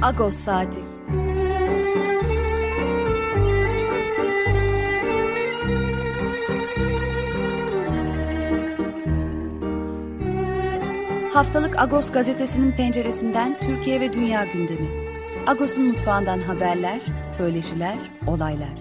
Agos Saati. Haftalık Agos gazetesinin penceresinden Türkiye ve dünya gündemi. Agos'un mutfağından haberler, söyleşiler, olaylar.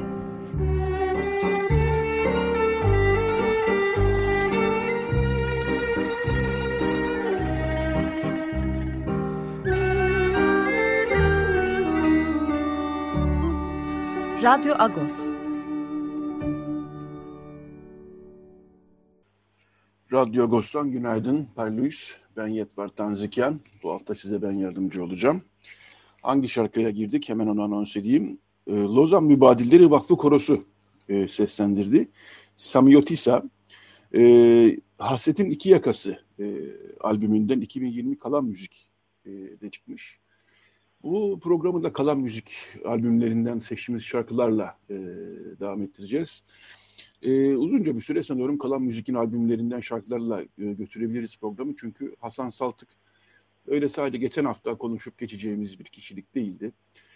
Radyo Agos. Radyo Agos'tan günaydın. Parlıyız. Ben Yetvar Tanzikyan. Bu hafta size ben yardımcı olacağım. Hangi şarkıyla girdik? Hemen onu anons edeyim. Lozan Mübadilleri Vakfı Korosu seslendirdi. Samiotisa, Hasretin İki Yakası albümünden 2020 Kalan Müzik de çıkmış. Bu programı da Kalan Müzik albümlerinden seçtiğimiz şarkılarla devam ettireceğiz. Uzunca bir süre sanıyorum Kalan Müzik'in albümlerinden şarkılarla götürebiliriz programı. Çünkü Hasan Saltık öyle sadece geçen hafta konuşup geçeceğimiz bir kişilik değildi.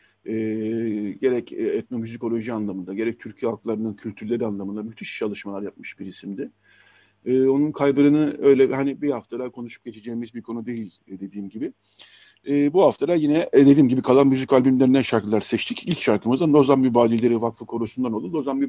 Gerek etnomüzikoloji anlamında, gerek Türkiye halklarının kültürleri anlamında müthiş çalışmalar yapmış bir isimdi. Onun kaybını öyle hani bir haftada konuşup geçeceğimiz bir konu değil dediğim gibi. Bu hafta da yine dediğim gibi Kalan Müzik albümlerinden şarkılar seçtik. İlk şarkımız da Lozan Mübadilleri Vakfı Korosu'ndan oldu.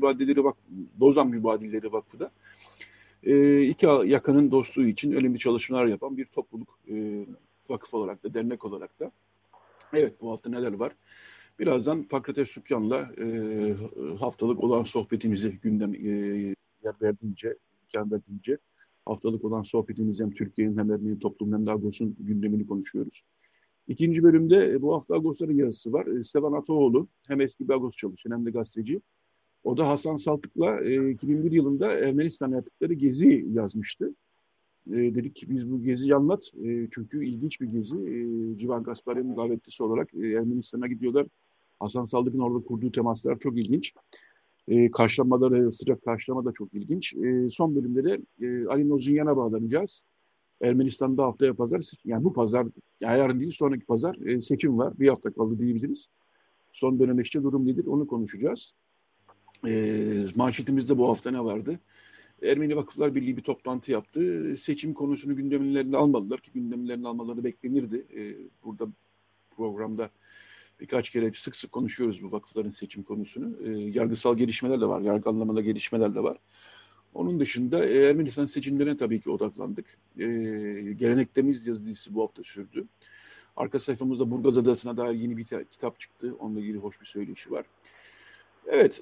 Lozan Mübadilleri Vakfı da iki yakının dostluğu için önemli çalışmalar yapan bir topluluk, vakıf olarak da, dernek olarak da. Evet, bu hafta neler var? Birazdan Pakrates Sübyan'la haftalık olan sohbetimizi yer verdiğince haftalık olan sohbetimizi hem Türkiye'nin hem Ermeni toplumunun hem de Agos'un gündemini konuşuyoruz. İkinci bölümde bu hafta Agos'ların yazısı var. Sevan Ataoğlu hem eski bir Agos çalışan hem de gazeteci. O da Hasan Saltık'la 2001 yılında Ermenistan'a yaptıkları gezi yazmıştı. Dedik biz bu geziyi anlat. Çünkü ilginç bir gezi. Civan Gasparyan'ın davetlisi olarak Ermenistan'a gidiyorlar. Hasan Saltık'ın orada kurduğu temaslar çok ilginç. Karşılamaları, sıcak karşılama da çok ilginç. Son bölümde de Ali Nozunyan'a bağlanacağız. Ermenistan'da haftaya pazar, yani bu pazar, yani yarın değil sonraki pazar seçim var. Bir hafta kaldı diyebiliriz. Son dönem işte durum nedir onu konuşacağız. Manşetimizde bu hafta ne vardı? Ermeni Vakıflar Birliği bir toplantı yaptı. Seçim konusunu gündemlerine almadılar ki gündemlerine almaları beklenirdi. Burada programda birkaç kere sık sık konuşuyoruz bu vakıfların seçim konusunu. Yargısal gelişmeler de var, yargı anlamında gelişmeler de var. Onun dışında Ermenistan seçimlerine tabii ki odaklandık. Gelenektemiz yazı dizisi bu hafta sürdü. Arka sayfamızda Burgaz Adası'na dair yeni bir kitap çıktı. Onunla ilgili hoş bir söyleşi var. Evet,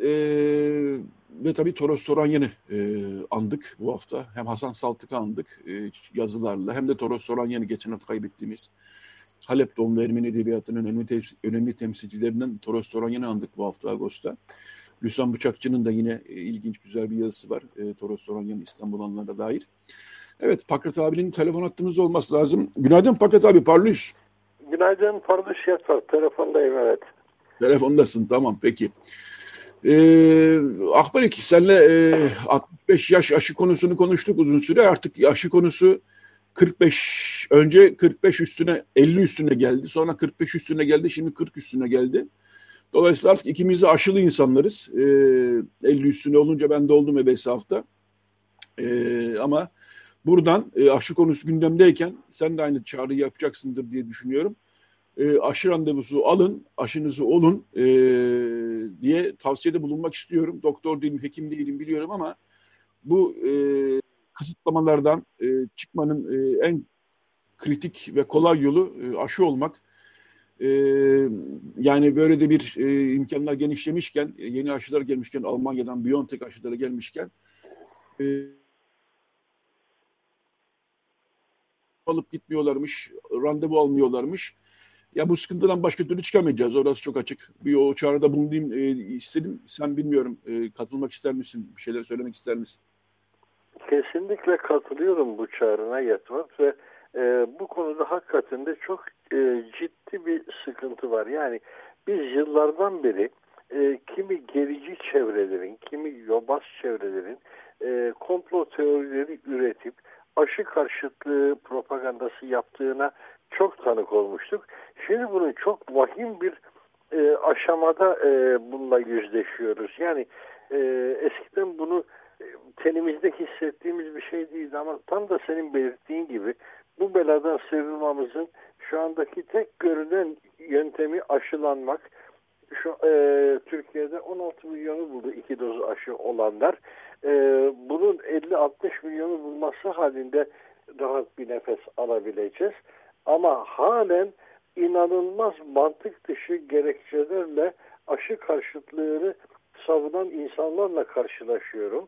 ve tabii Toros Toranyan'ı andık bu hafta. Hem Hasan Saltık'ı andık yazılarla hem de Toros Toranyan'ı geçen hafta kaybettiğimiz Halep doğumlu Ermeni Edebiyatı'nın önemli temsilcilerinden Toros Toranyan'ı andık bu hafta Ağustos'ta. Lüsyan Bıçakçı'nın da yine ilginç güzel bir yazısı var. Toros Toranyan'ın İstanbul anılarına dair. Evet, Pakrat abinin telefon hattımız olması lazım. Günaydın Pakrat abi, parlıyız. Günaydın Parlıyız Yetvar. Telefondayım, evet. Telefondasın, tamam peki. Akbarik, senle 65 yaş aşı konusunu konuştuk uzun süre. Artık aşı konusu 45, önce 45 üstüne 50 üstüne geldi. Sonra 45 üstüne geldi. Şimdi 40 üstüne geldi. Dolayısıyla artık ikimiz de aşılı insanlarız. 50 üstüne olunca ben de oldum ebesi hafta. Ama buradan aşı konusu gündemdeyken sen de aynı çağrıyı yapacaksındır diye düşünüyorum. Aşı randevusu alın, aşınızı olun diye tavsiyede bulunmak istiyorum. Doktor değilim, hekim değilim biliyorum ama bu kısıtlamalardan çıkmanın en kritik ve kolay yolu aşı olmak. Yani böyle de bir imkanlar genişlemişken, yeni aşılar gelmişken, Almanya'dan BioNTech aşıları gelmişken alıp gitmiyorlarmış, randevu almıyorlarmış. Ya bu sıkıntıdan başka türlü çıkamayacağız. Orası çok açık. Bir o çağrıda bulunayım istedim. Sen bilmiyorum katılmak ister misin? Bir şeyler söylemek ister misin? Kesinlikle katılıyorum bu çağrına Yetvar ve bu konuda hakikaten de çok ciddi bir sıkıntı var. Yani biz yıllardan beri kimi gerici çevrelerin, kimi yobaz çevrelerin komplo teorileri üretip aşı karşıtlığı propagandası yaptığına çok tanık olmuştuk. Şimdi bunun çok vahim bir aşamada bununla yüzleşiyoruz. Yani eskiden bunu tenimizde hissettiğimiz bir şey değildi ama tam da senin belirttiğin gibi bu beladan sıyrılmamızın şu andaki tek görünen yöntemi aşılanmak. Türkiye'de 16 milyonu buldu 2 doz aşı olanlar. Bunun 50-60 milyonu bulması halinde rahat bir nefes alabileceğiz. Ama halen inanılmaz mantık dışı gerekçelerle aşı karşıtlığını savunan insanlarla karşılaşıyorum.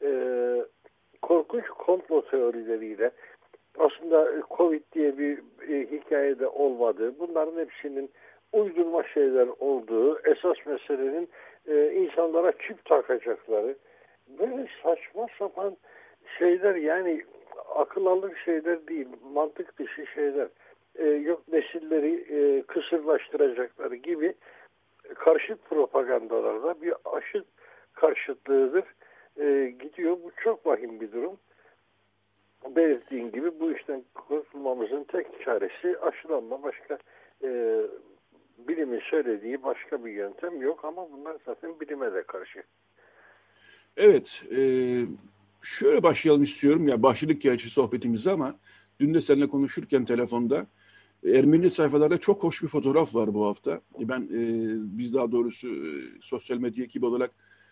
Korkunç komplo teorileriyle aslında Covid diye bir hikayede olmadığı, bunların hepsinin uydurma şeyler olduğu, esas meselenin insanlara çip takacakları, böyle saçma sapan şeyler, yani akıl alır şeyler değil, mantık dışı şeyler, yok nesilleri kısırlaştıracakları gibi karşıt propagandalarda bir aşı karşıtlığıdır gidiyor. Bu çok vahim bir durum. Belirttiğin gibi bu işten kurtulmamızın tek çaresi aşılanma. Başka bilimin söylediği başka bir yöntem yok ama bunlar zaten bilime de karşı. Evet, şöyle başlayalım istiyorum ya, başladık gerçi sohbetimize ama dün de seninle konuşurken telefonda Ermeni sayfalarda çok hoş bir fotoğraf var bu hafta. Biz daha doğrusu sosyal medya ekibi olarak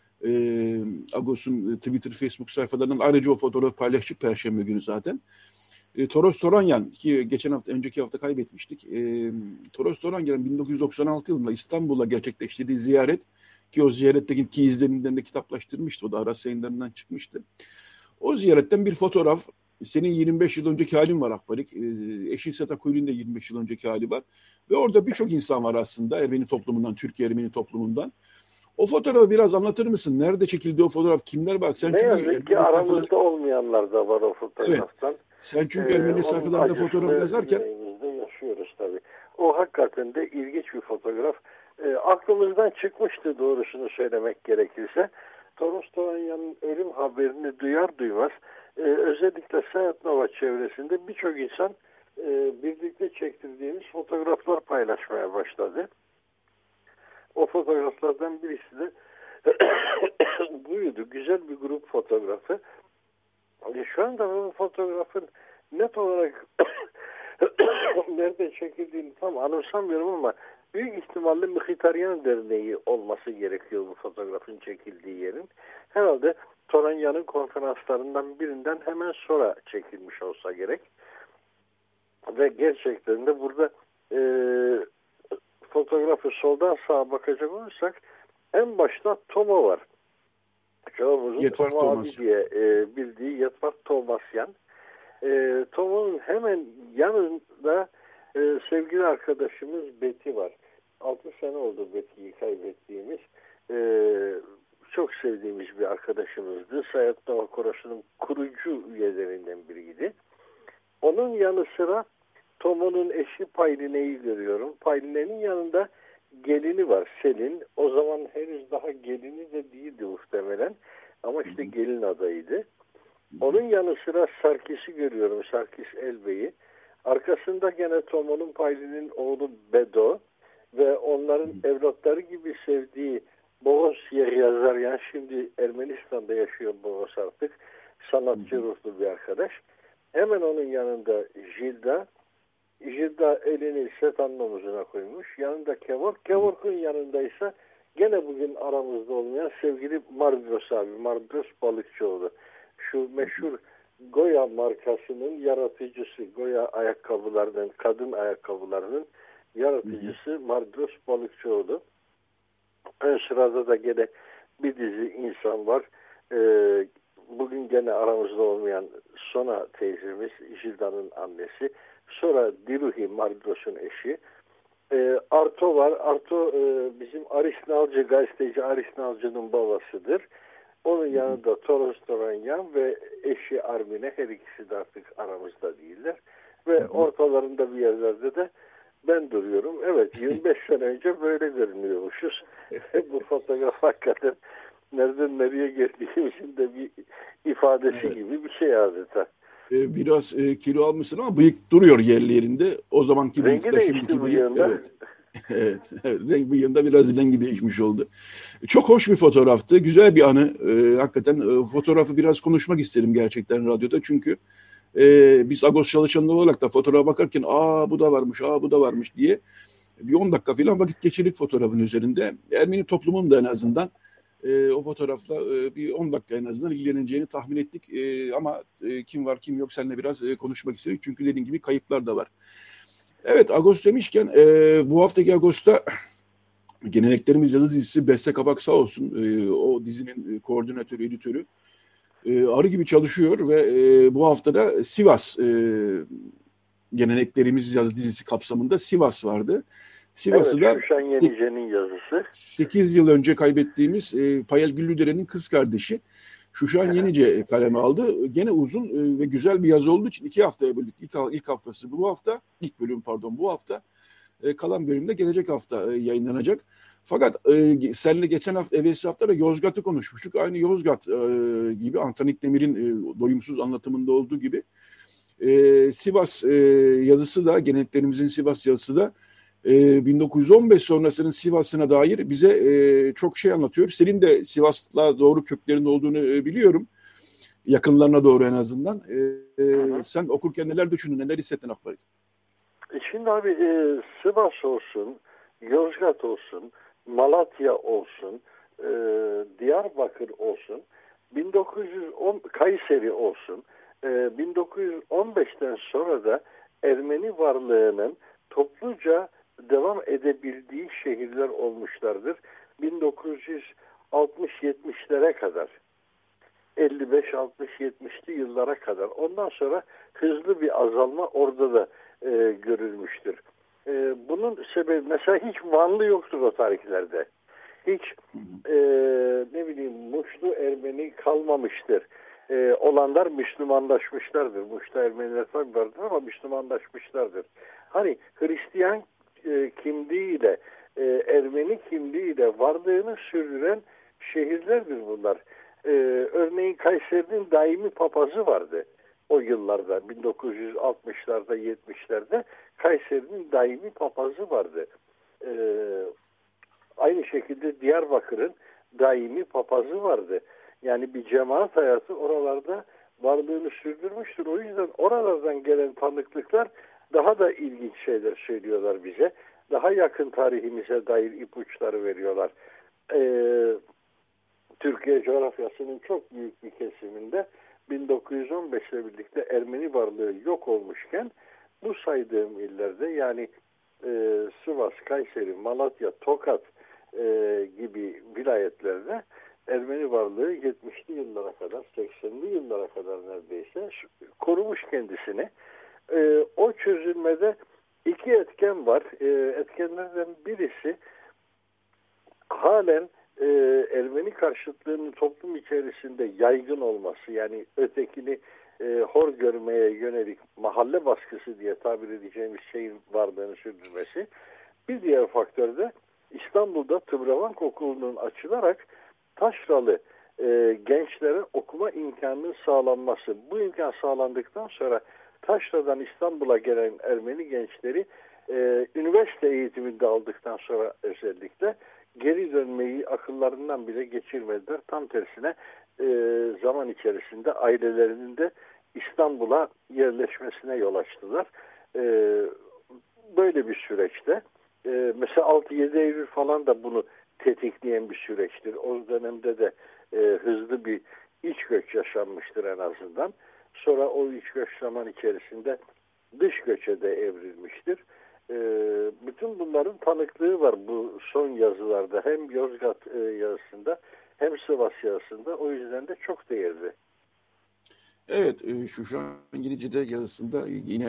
Agos'un Twitter, Facebook sayfalarından ayrıca o fotoğrafı paylaştık Perşembe günü zaten. Toros Toranyan ki önceki hafta kaybetmiştik. Toros Toranyan'ın 1996 yılında İstanbul'a gerçekleştirdiği ziyaret ki o ziyaretteki izlenimlerini de kitaplaştırmıştı. O da Aras Yayınları'ndan çıkmıştı. O ziyaretten bir fotoğraf. Senin 25 yıl önceki halin var Akbarik. Eşin Seta Kuyru'nun da 25 yıl önceki hali var. Ve orada birçok insan var aslında Ermeni toplumundan, Türkiye Ermeni toplumundan. O fotoğrafı biraz anlatır mısın? Nerede çekildi o fotoğraf? Kimler var? Ne yazık ki aramızda olmayanlar da var o fotoğraftan. Evet. Sen çünkü Ermeni sayfalarında fotoğraf yazarken yaşıyoruz tabii. O hakikaten de ilginç bir fotoğraf. Aklımızdan çıkmıştı doğrusunu söylemek gerekirse. Toros Toranyan'ın ölüm haberini duyar duymaz özellikle Sayatnova çevresinde birçok insan birlikte çektirdiğimiz fotoğraflar paylaşmaya başladı. O fotoğraflardan birisi de buydu. Güzel bir grup fotoğrafı. Şu anda bu fotoğrafın net olarak nerede çekildiğini tam anımsamıyorum ama büyük ihtimalle Mkhitaryan Derneği olması gerekiyor bu fotoğrafın çekildiği yerin. Herhalde Toranyan'ın konferanslarından birinden hemen sonra çekilmiş olsa gerek. Ve gerçekten de burada fotoğrafı soldan sağa bakacak olursak en başta Tomo var. Çoğumuzun Tomo abi diye bildiği Yetvart Tomasyan. Tomo'nun hemen yanında sevgili arkadaşımız Beti var. 6 sene oldu Beti'yi kaybettiğimiz. Çok sevdiğimiz bir arkadaşımızdı. Sayatnova Korosu'nun kurucu üyelerinden biriydi. Onun yanı sıra Tomo'nun eşi Payline'yi görüyorum. Payline'nin yanında gelini var Selin. O zaman henüz daha gelini de değildi muhtemelen. Ama işte gelin adayıydı. Onun yanı sıra Sarkis'i görüyorum. Sarkis Elbey'i. Arkasında gene Tomo'nun Payline'nin oğlu Bedo ve onların evlatları gibi sevdiği Boğaz Yeryazaryan, şimdi Ermenistan'da yaşıyor Boğaz artık. Sanatçı ruhlu bir arkadaş. Hemen onun yanında Jilda. Jilda elini Setan'ın omuzuna koymuş. Yanında Kevork. Kevork'un yanındaysa gene bugün aramızda olmayan sevgili Mardros abi. Mardros Balıkçıoğlu. Şu meşhur Goya markasının yaratıcısı. Goya ayakkabılarının, kadın ayakkabılarının yaratıcısı Mardros Balıkçıoğlu. Ön sırada da gene bir dizi insan var. Bugün gene aramızda olmayan Sona teyzemiz, Jilda'nın annesi. Sonra Diluhi Mardros'un eşi. Arto var. Arto bizim Aris Nalcı, gazeteci Aris Nalcı'nın babasıdır. Onun yanında Toros Toranyan ve eşi Armine, her ikisi de artık aramızda değiller. Ve ortalarında bir yerlerde de ben duruyorum. Evet, 25 sene önce böyle görünüyormuşuz. Bu fotoğraf hakikaten nereden nereye geldiğimizin de bir ifadesi gibi bir şey adeta. Biraz kilo almışsın ama bıyık duruyor yerli yerinde. O zamanki Rengi bıyıkta değişti şimdiki bıyık. bıyığında. Evet. Evet. Bıyığında biraz rengi değişmiş oldu. Çok hoş bir fotoğraftı. Güzel bir anı. Hakikaten fotoğrafı biraz konuşmak isterim gerçekten radyoda. Çünkü biz Agos çalışanları olarak da fotoğrafa bakarken bu da varmış, bu da varmış diye bir 10 dakika falan vakit geçirdik fotoğrafın üzerinde. Ermeni toplumunun da en azından o fotoğrafla bir 10 dakika en azından ilgileneceğini tahmin ettik. Ama kim var kim yok seninle biraz konuşmak istedik. Çünkü dediğin gibi kayıplar da var. Evet, Agos demişken bu haftaki Agos'ta Geleneklerimiz Yazı dizisi Beste Kabak sağ olsun. O dizinin koordinatörü, editörü. Arı gibi çalışıyor ve bu haftada Sivas Geleneklerimiz Yazı dizisi kapsamında Sivas vardı. Evet, Sivas'ı da Şuşan Yenice'nin yazısı. 8 yıl önce kaybettiğimiz Payel Güllüdere'nin kız kardeşi Şuşan Yenice kaleme aldı. Gene uzun ve güzel bir yazı olduğu için 2 haftaya böldük. İlk haftası bu hafta, ilk bölüm pardon bu hafta. Kalan bölümde gelecek hafta yayınlanacak. Fakat seninle geçen hafta, evvelsi hafta da Yozgat'ı konuşmuştuk. Aynı Yozgat gibi Antanik Demir'in doyumsuz anlatımında olduğu gibi Sivas yazısı da, geleneklerimizin Sivas yazısı da 1915 sonrasının Sivas'ına dair bize çok şey anlatıyor. Senin de Sivas'la doğru köklerin olduğunu biliyorum. Yakınlarına doğru en azından. Sen okurken neler düşündün, neler hissettin Akbari? Şimdi abi Sivas olsun, Yozgat olsun, Malatya olsun, Diyarbakır olsun, 1910 Kayseri olsun, 1915'ten sonra da Ermeni varlığının topluca devam edebildiği şehirler olmuşlardır. 1960-70'lere kadar. 55-60-70'li yıllara kadar. Ondan sonra hızlı bir azalma orada da görülmüştür. Bunun sebebi mesela hiç Vanlı yoktur o tarihlerde. Hiç ne bileyim Muşlu Ermeni kalmamıştır. Olanlar Müslümanlaşmışlardır. Muşlu Ermeniler tabi vardır ama Müslümanlaşmışlardır. Hani Hristiyan kimliğiyle Ermeni kimliğiyle varlığını sürdüren şehirlerdir bunlar. Örneğin Kayseri'nin daimi papazı vardı o yıllarda 1960'larda 70'lerde Kayseri'nin daimi papazı vardı. Aynı şekilde Diyarbakır'ın daimi papazı vardı. Yani bir cemaat hayatı oralarda varlığını sürdürmüştür. O yüzden oralardan gelen tanıklıklar daha da ilginç şeyler söylüyorlar bize. Daha yakın tarihimize dair ipuçları veriyorlar. Türkiye coğrafyasının çok büyük bir kesiminde 1915 ile birlikte Ermeni varlığı yok olmuşken bu saydığım illerde yani Sivas, Kayseri, Malatya, Tokat gibi vilayetlerde Ermeni varlığı 70'li yıllara kadar, 80'li yıllara kadar neredeyse korumuş kendisini. O çözülmede iki etken var. Etkenlerden birisi halen Ermeni karşıtlığının toplum içerisinde yaygın olması, yani ötekini hor görmeye yönelik mahalle baskısı diye tabir edeceğimiz şeyin varlığını sürdürmesi. Bir diğer faktör de İstanbul'da Tıbravank Okulu'nun açılarak taşralı gençlere okuma imkanının sağlanması. Bu imkan sağlandıktan sonra taşradan İstanbul'a gelen Ermeni gençleri üniversite eğitiminde aldıktan sonra özellikle geri dönmeyi akıllarından bile geçirmediler. Tam tersine zaman içerisinde ailelerinin de İstanbul'a yerleşmesine yol açtılar. Böyle bir süreçte mesela 6-7 Eylül falan da bunu tetikleyen bir süreçtir. O dönemde de hızlı bir iç göç yaşanmıştır en azından. Sonra o iç göç zaman içerisinde dış göçe de evrilmiştir. Bütün bunların tanıklığı var bu son yazılarda. Hem Yozgat yazısında hem Sivas yazısında. O yüzden de çok değerli. Evet, Şuşan Yenice'de yazısında yine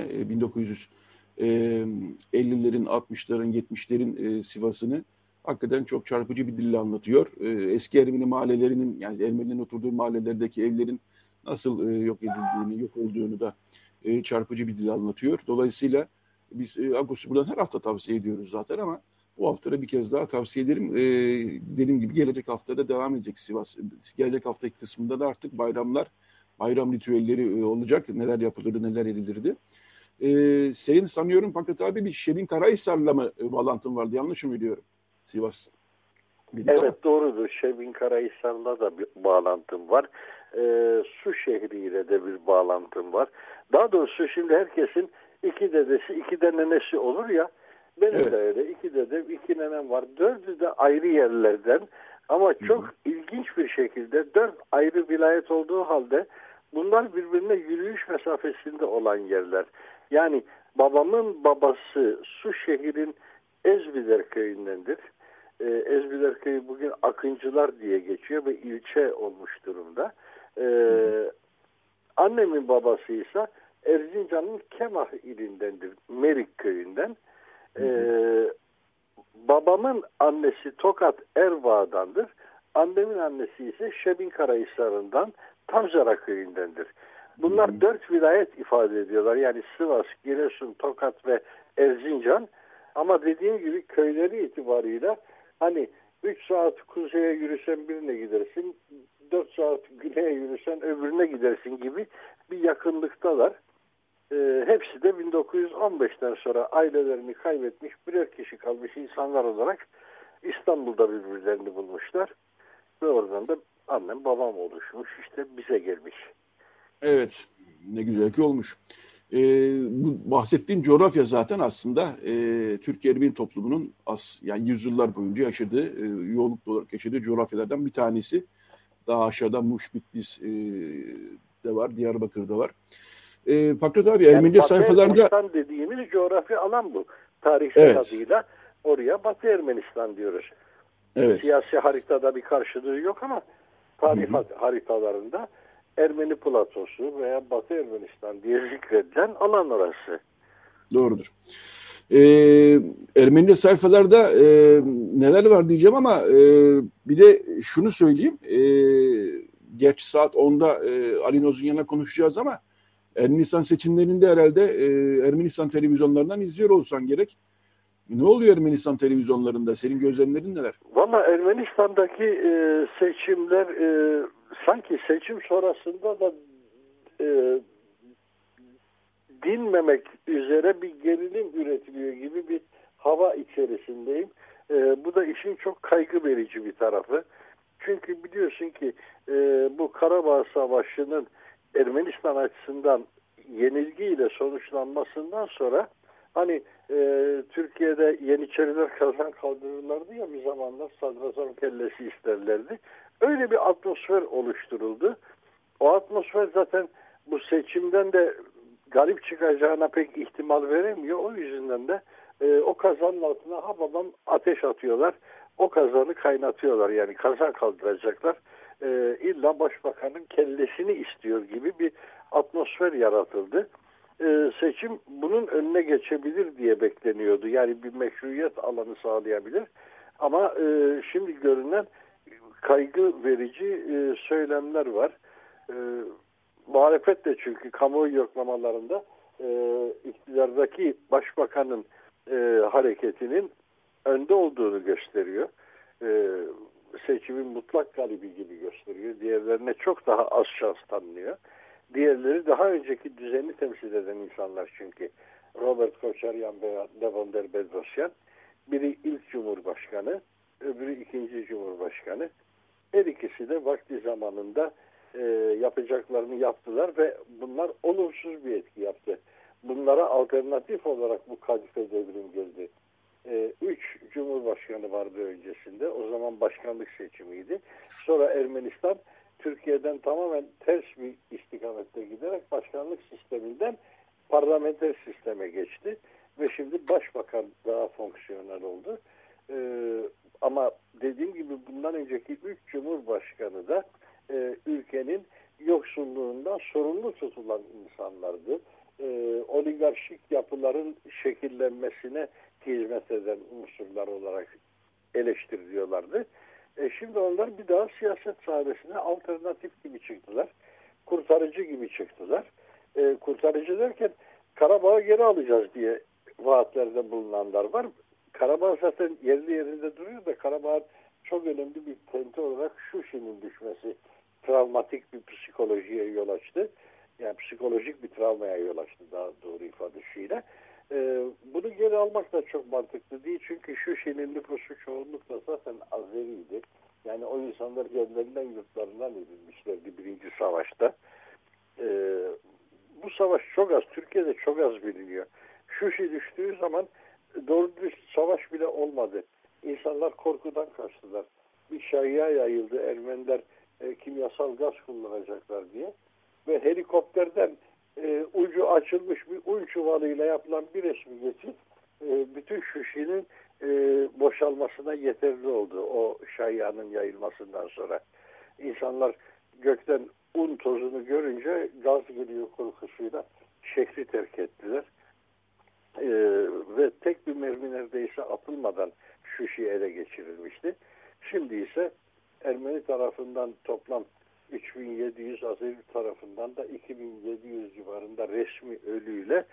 1950'lerin, 60'ların, 70'lerin Sivas'ını hakikaten çok çarpıcı bir dille anlatıyor. Eski Ermeni mahallelerinin, yani Ermenilerin oturduğu mahallelerdeki evlerin nasıl yok edildiğini, yok olduğunu da çarpıcı bir dille anlatıyor. Dolayısıyla biz Agos'u buradan her hafta tavsiye ediyoruz zaten ama bu hafta da bir kez daha tavsiye ederim. Dediğim gibi gelecek haftada devam edecek Sivas. Gelecek haftaki kısmında da artık bayramlar bayram ritüelleri olacak. Neler yapılırdı, neler edilirdi. Senin sanıyorum Fakat abi bir Şebin Karahisar'la mı bağlantın vardı? Yanlış mı biliyorum? Sivas. Evet, doğrudur. Şebin Karahisar'la da bir bağlantım var. Su şehriyle de bir bağlantım var. Daha doğrusu şimdi herkesin iki dedesi, iki de nenesi olur ya. Benim Evet. de öyle. İki dedem, iki nenem var. Dördü de ayrı yerlerden. Ama çok ilginç bir şekilde 4 ayrı vilayet olduğu halde bunlar birbirine yürüyüş mesafesinde olan yerler. Yani babamın babası Suşehir'in Ezbider köyündendir. Ezbiler köyü bugün Akıncılar diye geçiyor ve ilçe olmuş durumda. Annemin babası ise Erzincan'ın Kemah ilindendir. Merik köyünden. Babamın annesi Tokat Erva'dandır. Annemin annesi ise Şebin Karahisar'ından Tavzara köyündendir. Bunlar 4 vilayet ifade ediyorlar. Yani Sivas, Giresun, Tokat ve Erzincan. Ama dediğim gibi köyleri itibarıyla hani 3 saat kuzeye yürüsen birine gidersin, 4 saat güneye yürüsen öbürüne gidersin gibi bir yakınlıktalar. Hepsi de 1915'ten sonra ailelerini kaybetmiş, birer kişi kalmış insanlar olarak İstanbul'da birbirlerini bulmuşlar. Ve oradan da annem babam oluşmuş, işte bize gelmiş. Evet, ne güzel ki olmuş. Bu bahsettiğim coğrafya zaten aslında Türk Ermeni toplumunun yani yüzyıllar boyunca yaşadığı, yoğunluklu olarak yaşadığı coğrafyalardan bir tanesi. Daha aşağıda Muş, Bitlis de var, Diyarbakır'da var. Fakat abi Ermenice yani sayfalarda... Batı Ermenistan dediğimiz coğrafi alan bu. Tarihsel evet. adıyla oraya Batı Ermenistan diyoruz. Evet. Siyasi haritada bir karşılığı yok ama tarih haritalarında Ermeni platosu veya Batı Ermenistan diye zikredilen alan orası. Doğrudur. Ermenice sayfalarda neler var diyeceğim ama bir de şunu söyleyeyim. Geç saat 10'da Ali Nozunyan'la konuşacağız ama Ermenistan seçimlerinde herhalde Ermenistan televizyonlarından izliyor olsan gerek. Ne oluyor Ermenistan televizyonlarında? Senin gözlemlerin neler? Valla Ermenistan'daki seçimler sanki seçim sonrasında da dinmemek üzere bir gerilim üretiliyor gibi bir hava içerisindeyim. Bu da işin çok kaygı verici bir tarafı. Çünkü biliyorsun ki bu Karabağ Savaşı'nın Ermenistan açısından yenilgiyle sonuçlanmasından sonra hani Türkiye'de Yeniçeriler kazan kaldırırlardı ya bir zamanlar sadrazam kellesi isterlerdi. Öyle bir atmosfer oluşturuldu. O atmosfer zaten bu seçimden de galip çıkacağına pek ihtimal veremiyor. O yüzünden de o kazanın altına babam ateş atıyorlar. O kazanı kaynatıyorlar. Yani kazan kaldıracaklar. İlla başbakanın kellesini istiyor gibi bir atmosfer yaratıldı. Seçim bunun önüne geçebilir diye bekleniyordu. Yani bir meşruiyet alanı sağlayabilir. Ama şimdi görünen kaygı verici söylemler var. Muhalefet de çünkü kamuoyu yoklamalarında iktidardaki başbakanın hareketinin önde olduğunu gösteriyor. Seçimin mutlak galibi gibi gösteriyor. Diğerlerine çok daha az şans tanınıyor. Diğerleri daha önceki düzeni temsil eden insanlar çünkü. Robert Koçaryan veya Levonder Bedrosyan. Biri ilk cumhurbaşkanı, öbürü ikinci cumhurbaşkanı. Her ikisi de vakti zamanında yapacaklarını yaptılar ve bunlar olumsuz bir etki yaptı. Bunlara alternatif olarak bu kadife devrim geldi. 3 cumhurbaşkanı vardı öncesinde. O zaman başkanlık seçimiydi. Sonra Ermenistan Türkiye'den tamamen ters bir istikamette giderek başkanlık sisteminden parlamenter sisteme geçti. Ve şimdi başbakan daha fonksiyonel oldu. Ama dediğim gibi bundan önceki 3 cumhurbaşkanı da ülkenin yoksulluğundan sorumlu tutulan insanlardı. Oligarşik yapıların şekillenmesine hizmet eden unsurlar olarak eleştiriliyorlardı. Şimdi onlar bir daha siyaset sahnesine alternatif gibi çıktılar. Kurtarıcı gibi çıktılar. Kurtarıcı derken Karabağ'ı geri alacağız diye vaatlerde bulunanlar var. Karabağ zaten yerli yerinde duruyor da Karabağ'ın çok önemli bir tenti olarak Şuşi'nin düşmesi travmatik bir psikolojiye yol açtı. Yani psikolojik bir travmaya yol açtı daha doğru ifadesiyle. Bunu geri almak da çok mantıklı değil. Çünkü Şuşi'nin nüfusu çoğunlukla zaten Azeriydi. Yani o insanlar kendilerinden yurtlarından edilmişlerdi birinci savaşta. Bu savaş çok az, Türkiye'de çok az biliniyor. Şuşi düştüğü zaman doğru dürüst savaş bile olmadı. İnsanlar korkudan kaçtılar. Bir şaya yayıldı. Ermeniler kimyasal gaz kullanacaklar diye. Ve helikopterden ucu açılmış bir un çuvalıyla yapılan bir resmi geçit bütün Şuşi'nin boşalmasına yeterli oldu o şayanın yayılmasından sonra. İnsanlar gökten un tozunu görünce gaz geliyor korkusuyla şehri terk ettiler. Ve tek bir mermi neredeyse atılmadan Şuşi ele geçirilmişti. Şimdi ise Ermeni tarafından toplam 3700, Azeri tarafından da 2700 civarında resmi ölüyle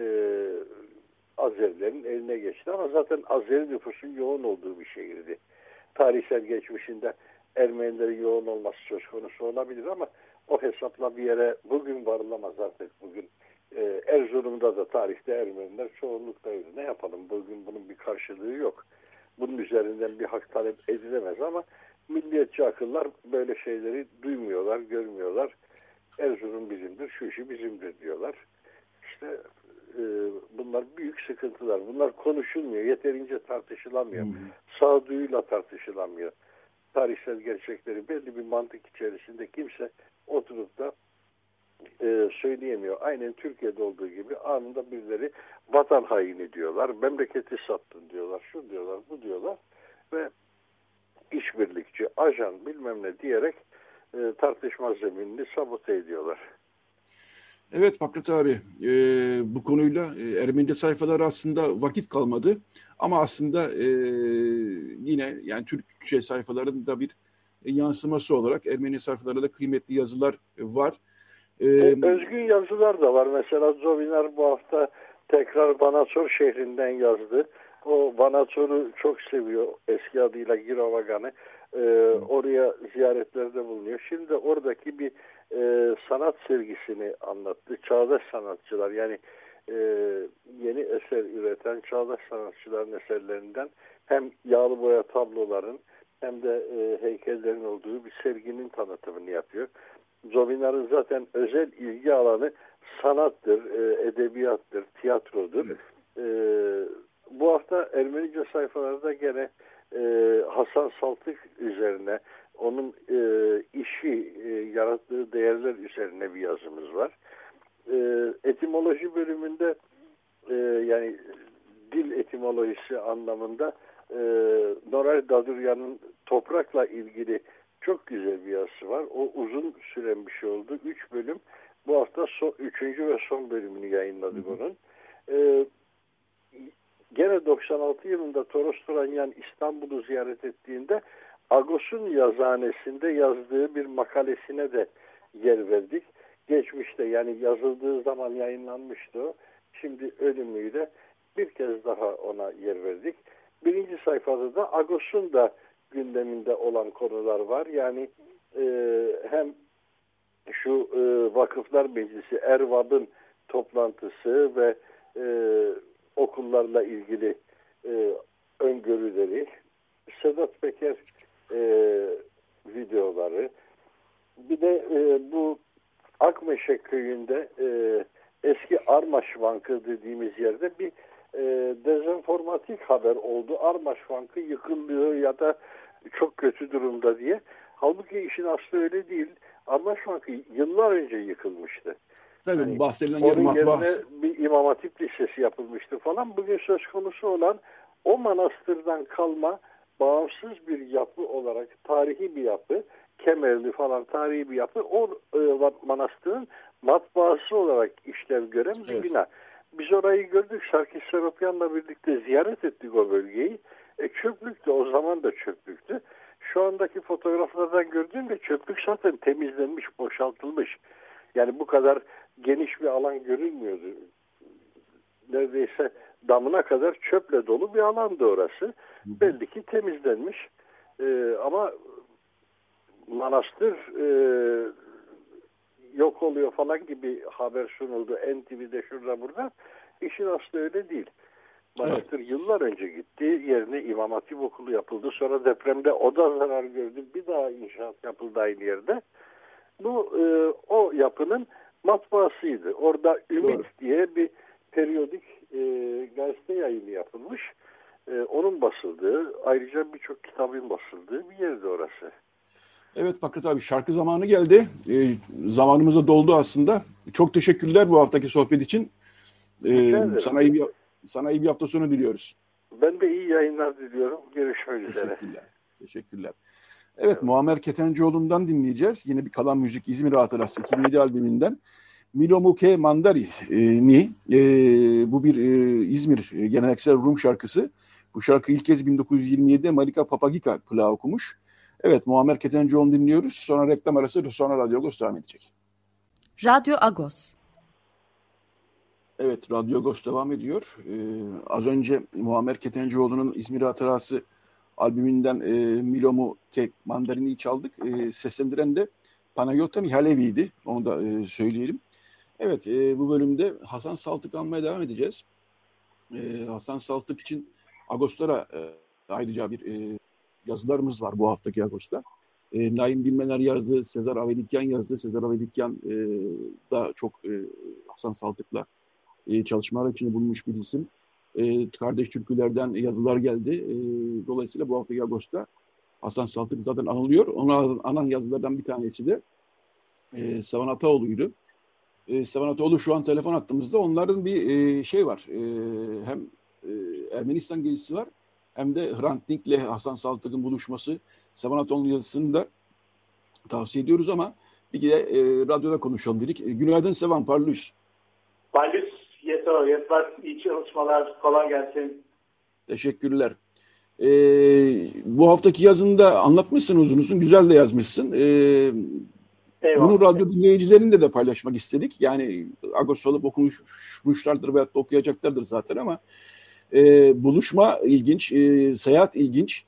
Azerilerin eline geçti. Ama zaten Azeri nüfusun yoğun olduğu bir şehirdi. Tarihsel geçmişinde Ermenilerin yoğun olması söz konusu olabilir ama o hesapla bir yere bugün varılamaz artık. Bugün Erzurum'da da tarihte Ermeniler çoğunluktaydı. Ne yapalım? Bugün bunun bir karşılığı yok. Bunun üzerinden bir hak talep edilemez ama milliyetçi akıllar böyle şeyleri duymuyorlar, görmüyorlar. Erzurum bizimdir, Şuşi bizimdir diyorlar. İşte bunlar büyük sıkıntılar. Bunlar konuşulmuyor, yeterince tartışılamıyor. Sağduyuyla tartışılamıyor. Tarihsel gerçekleri belli bir mantık içerisinde kimse oturup da söyleyemiyor. Aynen Türkiye'de olduğu gibi anında birileri vatan haini diyorlar, memleketi sattın diyorlar, şu diyorlar, bu diyorlar ve işbirlikçi, ajan bilmem ne diyerek tartışma zeminini sabote ediyorlar. Evet Fakret abi, bu konuyla Ermenice sayfalar aslında vakit kalmadı ama aslında yine yani Türkçe sayfaların da bir yansıması olarak Ermeni sayfalarında da kıymetli yazılar var. Özgün yazılar da var. Mesela Zovinar bu hafta tekrar Banatsor şehrinden yazdı. O Banatsor'u çok seviyor. Eski adıyla Girovagan'ı. Oraya ziyaretlerde bulunuyor. Şimdi oradaki bir sanat sergisini anlattı. Çağdaş sanatçılar yani yeni eser üreten çağdaş sanatçıların eserlerinden hem yağlı boya tabloların hem de heykellerin olduğu bir serginin tanıtımını yapıyor. Zovinar'ın zaten özel ilgi alanı sanattır, edebiyattır, tiyatrodur. Bu hafta Ermenice sayfalarda gene Hasan Saltık üzerine, onun işi, yarattığı değerler üzerine bir yazımız var. Etimoloji bölümünde yani dil etimolojisi anlamında Noray Daduryan'ın toprakla ilgili çok güzel bir yazısı var. O uzun süren bir şey oldu. 3 bölüm. Bu hafta 3. ve son bölümünü yayınladık onun. Gene 96 yılında Toros Turanyan İstanbul'u ziyaret ettiğinde Agos'un yazıhanesinde yazdığı bir makalesine de yer verdik. Geçmişte yani yazıldığı zaman yayınlanmıştı o. Şimdi ölümüyle bir kez daha ona yer verdik. Birinci sayfada da Agos'un da gündeminde olan konular var. Yani hem şu Vakıflar Meclisi Ervab'ın toplantısı ve okullarla ilgili öngörüleri, Sedat Peker videoları, bir de bu Akmeşe köyünde eski Armaş Vankı dediğimiz yerde bir dezenformatif haber oldu. Armaş Vankı yıkılıyor ya da çok kötü durumda diye. Halbuki işin aslı öyle değil. Armaş Vankı yıllar önce yıkılmıştı. Tabii yani bahsedilen yer matbaası. Bir İmam Hatip Lisesi yapılmıştı falan. Bugün söz konusu olan o manastırdan kalma bağımsız bir yapı olarak tarihi bir yapı, Kemerli falan tarihi bir yapı, o manastırın matbaası olarak işlev gören bir bina. Biz orayı gördük. Sarkis Seropyan'la birlikte ziyaret ettik o bölgeyi. Çöplüktü. O zaman da çöplüktü. Şu andaki fotoğraflardan gördüğümde çöplük zaten temizlenmiş, boşaltılmış. Yani bu kadar geniş bir alan görünmüyordu. Neredeyse damına kadar çöple dolu bir alandı orası. Belli ki temizlenmiş. Ama manastır yok oluyor falan gibi haber sunuldu NTV'de şurada burada. İşin aslı öyle değil. Manastır yıllar önce gitti. Yerine İmam Hatip Okulu yapıldı. Sonra depremde o da zarar gördü. Bir daha inşaat yapıldı aynı yerde. Bu o yapının matbaasıydı. Orada Ümit diye bir periyodik gazete yayını yapılmış. Onun basıldığı, ayrıca birçok kitabın basıldığı bir yerdi orası. Evet Fakret abi, şarkı zamanı geldi. Zamanımız da doldu aslında. Çok teşekkürler bu haftaki sohbet için. Sana iyi bir hafta sonu diliyoruz. Ben de iyi yayınlar diliyorum. Görüşmek üzere. Teşekkürler. Evet, Muammer Ketencoğlu'ndan dinleyeceğiz. Yine bir Kalan Müzik İzmir Hatırası 2007 albümünden Milo Muke Mandari'ni. Bu bir İzmir geleneksel Rum şarkısı. Bu şarkı ilk kez 1927'de Marika Papagika plağı okumuş. Evet, Muammer Ketencoğlu'nu dinliyoruz. Sonra reklam arası, sonra Radyo Agos devam edecek. Radyo Agos. Evet, Radyo Agos devam ediyor. Az önce Muammer Ketencoğlu'nun İzmir Hatırası albümünden Milo Muke Mandarin'i çaldık. Seslendiren de Panayota Mihalevi'ydi. Onu da söyleyelim. Evet, bu bölümde Hasan Saltık almaya devam edeceğiz. Hasan Saltık için Agos'lara ayrıca bir yazılarımız var bu haftaki Agos'ta. Naim Dilmener yazdı, Sezar Avelikyan yazdı. Sezar Avelikyan da çok Hasan Saltık'la çalışmalar içinde bulunmuş bir isim. Kardeş türkülerden yazılar geldi. Dolayısıyla bu haftaki Agos'ta Hasan Saltık zaten anılıyor. Ona anan yazılardan bir tanesi de Sevan Ataoğlu'ydu. Sevan Ataoğlu şu an telefon attığımızda. Onların bir şey var. Hem Ermenistan gezisi var, hem de Hrant Dink'le Hasan Saltık'ın buluşması. Sevan Ataoğlu'nun yazısını da tavsiye ediyoruz ama bir de radyoda konuşalım dedik. Günaydın Sevan, parlıyız. Parlıyız, yeter, iyi çalışmalar, kolay gelsin. Teşekkürler. Bu haftaki yazında anlatmışsın uzun uzun, güzel de yazmışsın. Bunu radyo dinleyicilerinde de paylaşmak istedik. Yani Agos olup okumuşlardır veyahut da okuyacaklardır zaten ama buluşma ilginç, seyahat ilginç.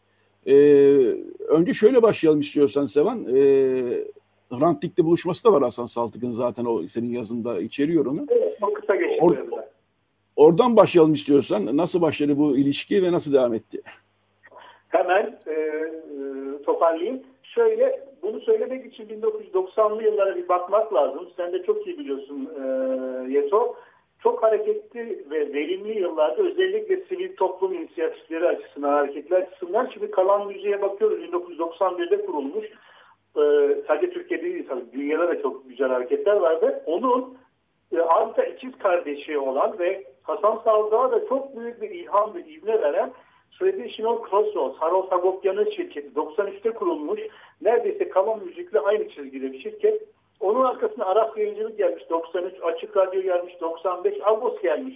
Önce şöyle başlayalım istiyorsan Sevan. Hrant Dink'le buluşması da var Hasan Saltık'ın, zaten o senin yazında içeriyor onu. Evet, o kısa geçti. Oradan başlayalım istiyorsan. Nasıl başladı bu ilişki ve nasıl devam etti? Hemen toparlayayım. Şöyle, bunu söylemek için 1990'lı yıllara bir bakmak lazım. Sen de çok iyi biliyorsun Yeto. Çok hareketli ve verimli yıllarda, özellikle sivil toplum inisiyatifleri açısından, hareketler açısından. Şimdi Kalan Müziğe bakıyoruz, 1991'de kurulmuş. Sadece Türkiye'de değil, dünyada da çok güzel hareketler vardı. Onun adeta ikiz kardeşi olan ve Hasan Saltık'a da çok büyük bir ilham ve ivme veren Traditional Crossroads, Harold Hagopian'ın şirketi 93'te kurulmuş. Neredeyse Kalan Müzik'le aynı çizgide bir şirket. Onun arkasına Aras Yayıncılık gelmiş 93, Açık Radyo gelmiş 95, Agos gelmiş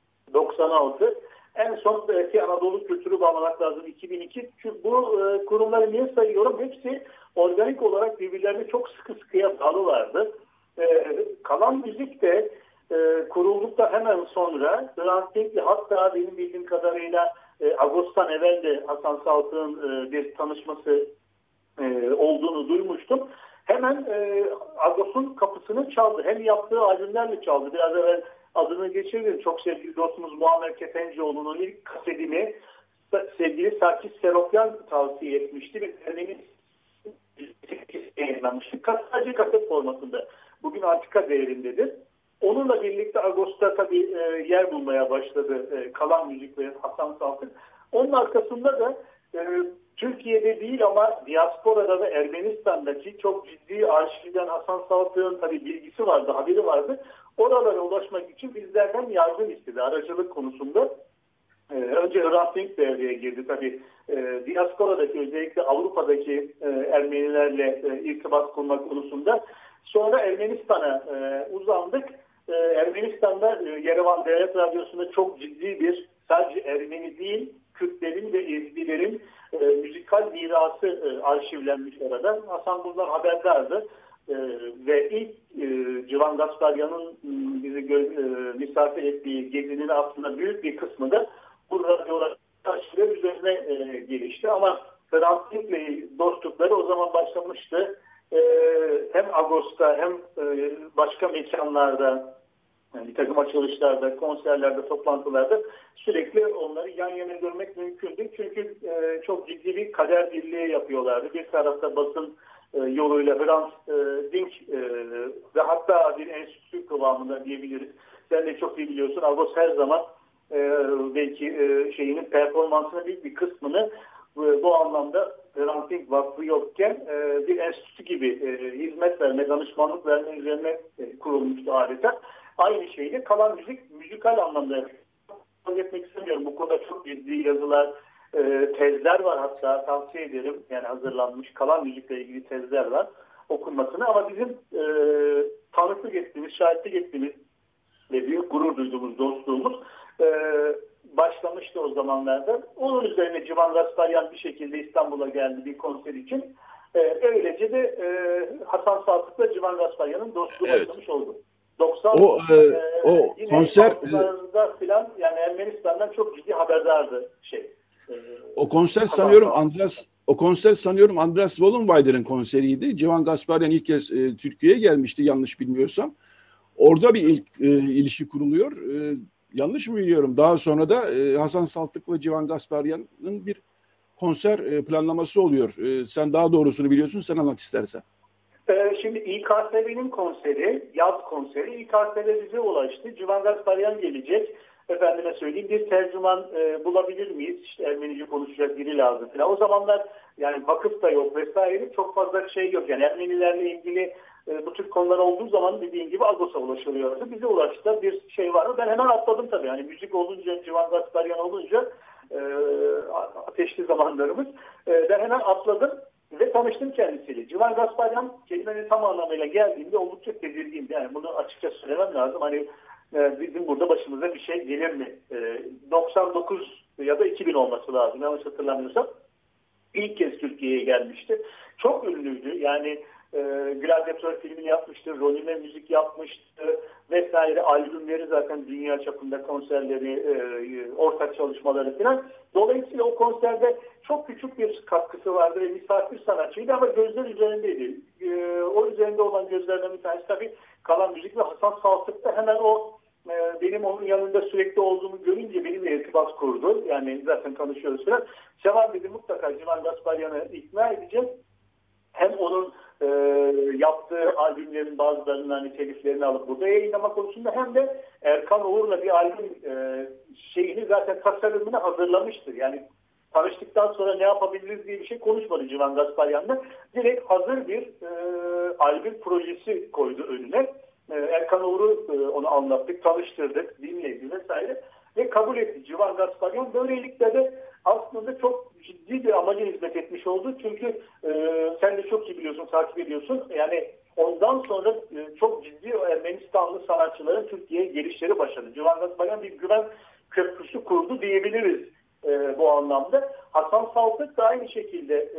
96. En son belki Anadolu kültürü bağlamak lazım 2002. Çünkü bu kurumları niye sayıyorum? Hepsi organik olarak birbirlerine çok sıkı sıkıya bağlılardı. Kalan Müzik de kuruldukta hemen sonra Hrant Dink'le, hatta benim bildiğim kadarıyla Agos'tan evvel de Hasan Saltık'ın bir tanışması olduğunu duymuştum. Hemen Agos'un kapısını çaldı. Hem yaptığı albümlerle çaldı. Biraz evvel adını geçirdim. Çok sevgili dostumuz Muammer Ketencoğlu'nun ilk kasetini sevgili Sarkis Seropyan tavsiye etmişti. Ve Ermeni yayınlanmıştı. Sadece kaset formatında. Bugün antika değerindedir. Onunla birlikte Agos'ta tabii yer bulmaya başladı Kalan Müzik ve Hasan Saltık. Onun arkasında da Türkiye'de değil ama diasporada ve Ermenistan'daki çok ciddi arşivden Hasan Saltık'ın tabii bilgisi vardı, haberi vardı. Oralara ulaşmak için bizlerden yardım istedi aracılık konusunda. Önce Hrant Dink devreye girdi tabii. Diasporadaki, özellikle Avrupa'daki Ermenilerle irtibat kurmak konusunda. Sonra Ermenistan'a uzandık. Ermenistan'da Yerevan Devlet Radyosu'nda çok ciddi bir, sadece Ermeni değil, Kürtlerin ve Ezdilerin müzikal mirası arşivlenmiş orada. Hasan bundan haberdardı. Ve ilk Civan Gasparyan'ın bizi misafir ettiği gezinin aslında büyük bir kısmı da bu radyolar arşivler üzerine gelişti. Ama Hrant Dink'le dostlukları o zaman başlamıştı. Hem Agos'ta hem başka mekanlarda, yani bir takım açılışlarda, konserlerde, toplantılarda sürekli onları yan yana görmek mümkündü. Çünkü çok ciddi bir kader birliği yapıyorlardı. Bir tarafta basın yoluyla Hrant Dink ve hatta bir enstitü kıvamında diyebiliriz. Sen de çok iyi biliyorsun. Agos her zaman belki şeyinin performansının büyük bir kısmını bu anlamda Hrant Dink Vakfı yokken bir enstitü gibi hizmet verme, danışmanlık verme üzerine kurulmuştu adeta. Aynı şeyle kalan müzikal anlamda etmek istemiyorum. Bu konuda çok ciddi yazılar, tezler var, hatta tavsiye ederim. Yani hazırlanmış kalan müzikle ilgili tezler var okunmasını. Ama bizim tanıklık ettiğimiz, şahitlik ettiğimiz ve büyük gurur duyduğumuz dostluğumuz başlamıştı o zamanlarda. Onun üzerine Civan Gasparyan bir şekilde İstanbul'a geldi bir konser için. Öylece de Hasan Saltık'la Civan Gasparyan'ın dostluğu başlamış oldu. 90 o konser filan, yani Ermenistan'dan çok ciddi haberdardı o konser sanıyorum Andras Vollenweider'in konseriydi. Civan Gasparyan ilk kez Türkiye'ye gelmişti yanlış bilmiyorsam. Orada bir ilk ilişki kuruluyor. Yanlış mı biliyorum? Daha sonra da Hasan Saltık ve Civan Gasparyan'ın bir konser planlaması oluyor. Sen daha doğrusunu biliyorsun. Sen anlat istersen. Şimdi İKSV'nin konseri, yaz konseri, İKSV bize ulaştı. Civan Gasparyan gelecek. Efendime söyleyeyim, bir tercüman bulabilir miyiz? İşte Ermenice konuşacak biri lazım falan. O zamanlar yani vakıf da yok vesaire, çok fazla şey yok. Yani Ermenilerle ilgili bu tür konular olduğu zaman dediğim gibi Agos'a ulaşılıyordu. Bize ulaştı, bir şey var mı? Ben hemen atladım tabii. Yani müzik olunca, Civan Gasparyan olunca ateşli zamanlarımız. Ben hemen atladım ve tanıştım kendisiyle. Civan Gasparyan kelimenin tam anlamıyla geldiğinde oldukça tedirgindi. Yani bunu açıkça söylemem lazım. Hani bizim burada başımıza bir şey gelir mi? 99 ya da 2000 olması lazım. Yanlış hatırlamıyorsam. İlk kez Türkiye'ye gelmişti. Çok ünlüydü. Yani Gladiator filmini yapmıştı, rolüne müzik yapmıştı vesaire. Albümleri zaten dünya çapında, konserleri, ortak çalışmaları falan. Dolayısıyla o konserde çok küçük bir katkısı vardı ve misafir sanatçıydı ama gözler üzerindeydi. O üzerinde olan gözlerden bir tanesi tabii kalan müzik ve Hasan Saltık da hemen o benim onun yanında sürekli olduğumu görünce benimle irtibat kurdu. Yani zaten tanışıyoruz falan. Cemal dedi, mutlaka Civan Gasparyan'ı ikna edeceğim. Hem onun yaptığı albümlerin bazılarının hani teliflerini alıp burada yayınlama konusunda hem de Erkan Oğur'la bir albüm şeyini zaten tasarımını hazırlamıştır. Yani tanıştıktan sonra ne yapabiliriz diye bir şey konuşmadı Civan Gasparyan'la. Direkt hazır bir albüm projesi koydu önüne. Erkan Oğur'u onu anlattık, tanıştırdık, dinledi vesaire ve kabul etti Civan Gasparyan. Böylelikle de aslında çok ciddi bir amaca hizmet etmiş oldu. Çünkü sen de çok iyi biliyorsun, takip ediyorsun. Yani ondan sonra çok ciddi Ermenistanlı sanatçıların Türkiye'ye gelişleri başladı. Civan Gasparyan bir güven köprüsü kurdu diyebiliriz bu anlamda. Hasan Saltık da aynı şekilde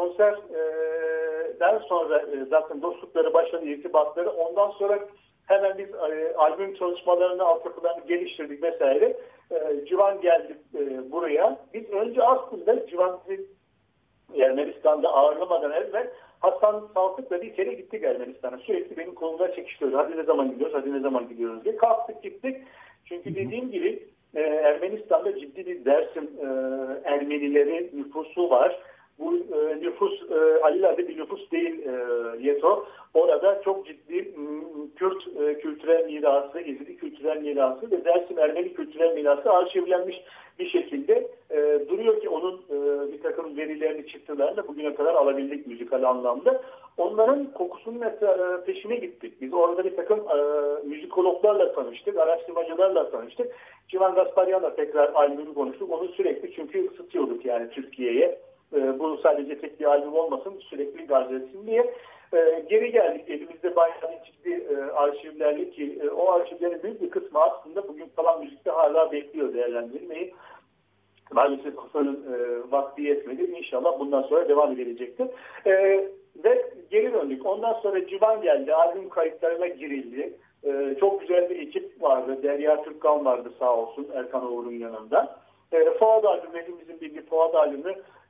konserden sonra zaten dostlukları başladı, irtibatları. Ondan sonra hemen biz albüm çalışmalarını, altyapılarını geliştirdik vesaire. Civan geldi buraya. Biz önce aslında Civan'ı Ermenistan'da ağırlamadan evvel Hasan Saltık'la bir kere gittik Ermenistan'a. Sürekli benim kolumdan çekiştiriyordu. Hadi ne zaman gidiyoruz, hadi ne zaman gidiyoruz diye. Kalktık gittik. Çünkü dediğim gibi Ermenistan'da ciddi bir Dersim Ermenileri nüfusu var. Bu nüfus alelade bir nüfus değil Yeto. Orada çok ciddi Kürt kültürel mirası, Ezidi kültürel mirası ve Dersim Ermeni kültürel mirası arşivlenmiş bir şekilde duruyor ki onun bir takım verilerini, çıktılarla bugüne kadar alabildik müzikal anlamda. Onların kokusunun peşine gittik. Biz orada bir takım müzikologlarla tanıştık, araştırmacılarla tanıştık. Civan Gasparyan'la tekrar albümü konuştuk. Onu sürekli çünkü ısıtıyorduk yani Türkiye'ye. Bu sadece tek bir albüm olmasın, sürekli gaz etsin diye. Geri geldik. Elimizde bayağı ciddi arşivlerle ki o arşivlerin büyük bir kısmı aslında bugün kalan müzikte hala bekliyor değerlendirmeyi. Maalesef kafanın vakti yetmedi. İnşallah bundan sonra devam edilecektir. Ve geri döndük. Ondan sonra Civan geldi. Albüm kayıtlarına girildi. Çok güzel bir ekip vardı. Derya Türkkan vardı sağ olsun Erkan Oğur'un yanında. Fuat albümü, hepimizin bildiği Fuat albümü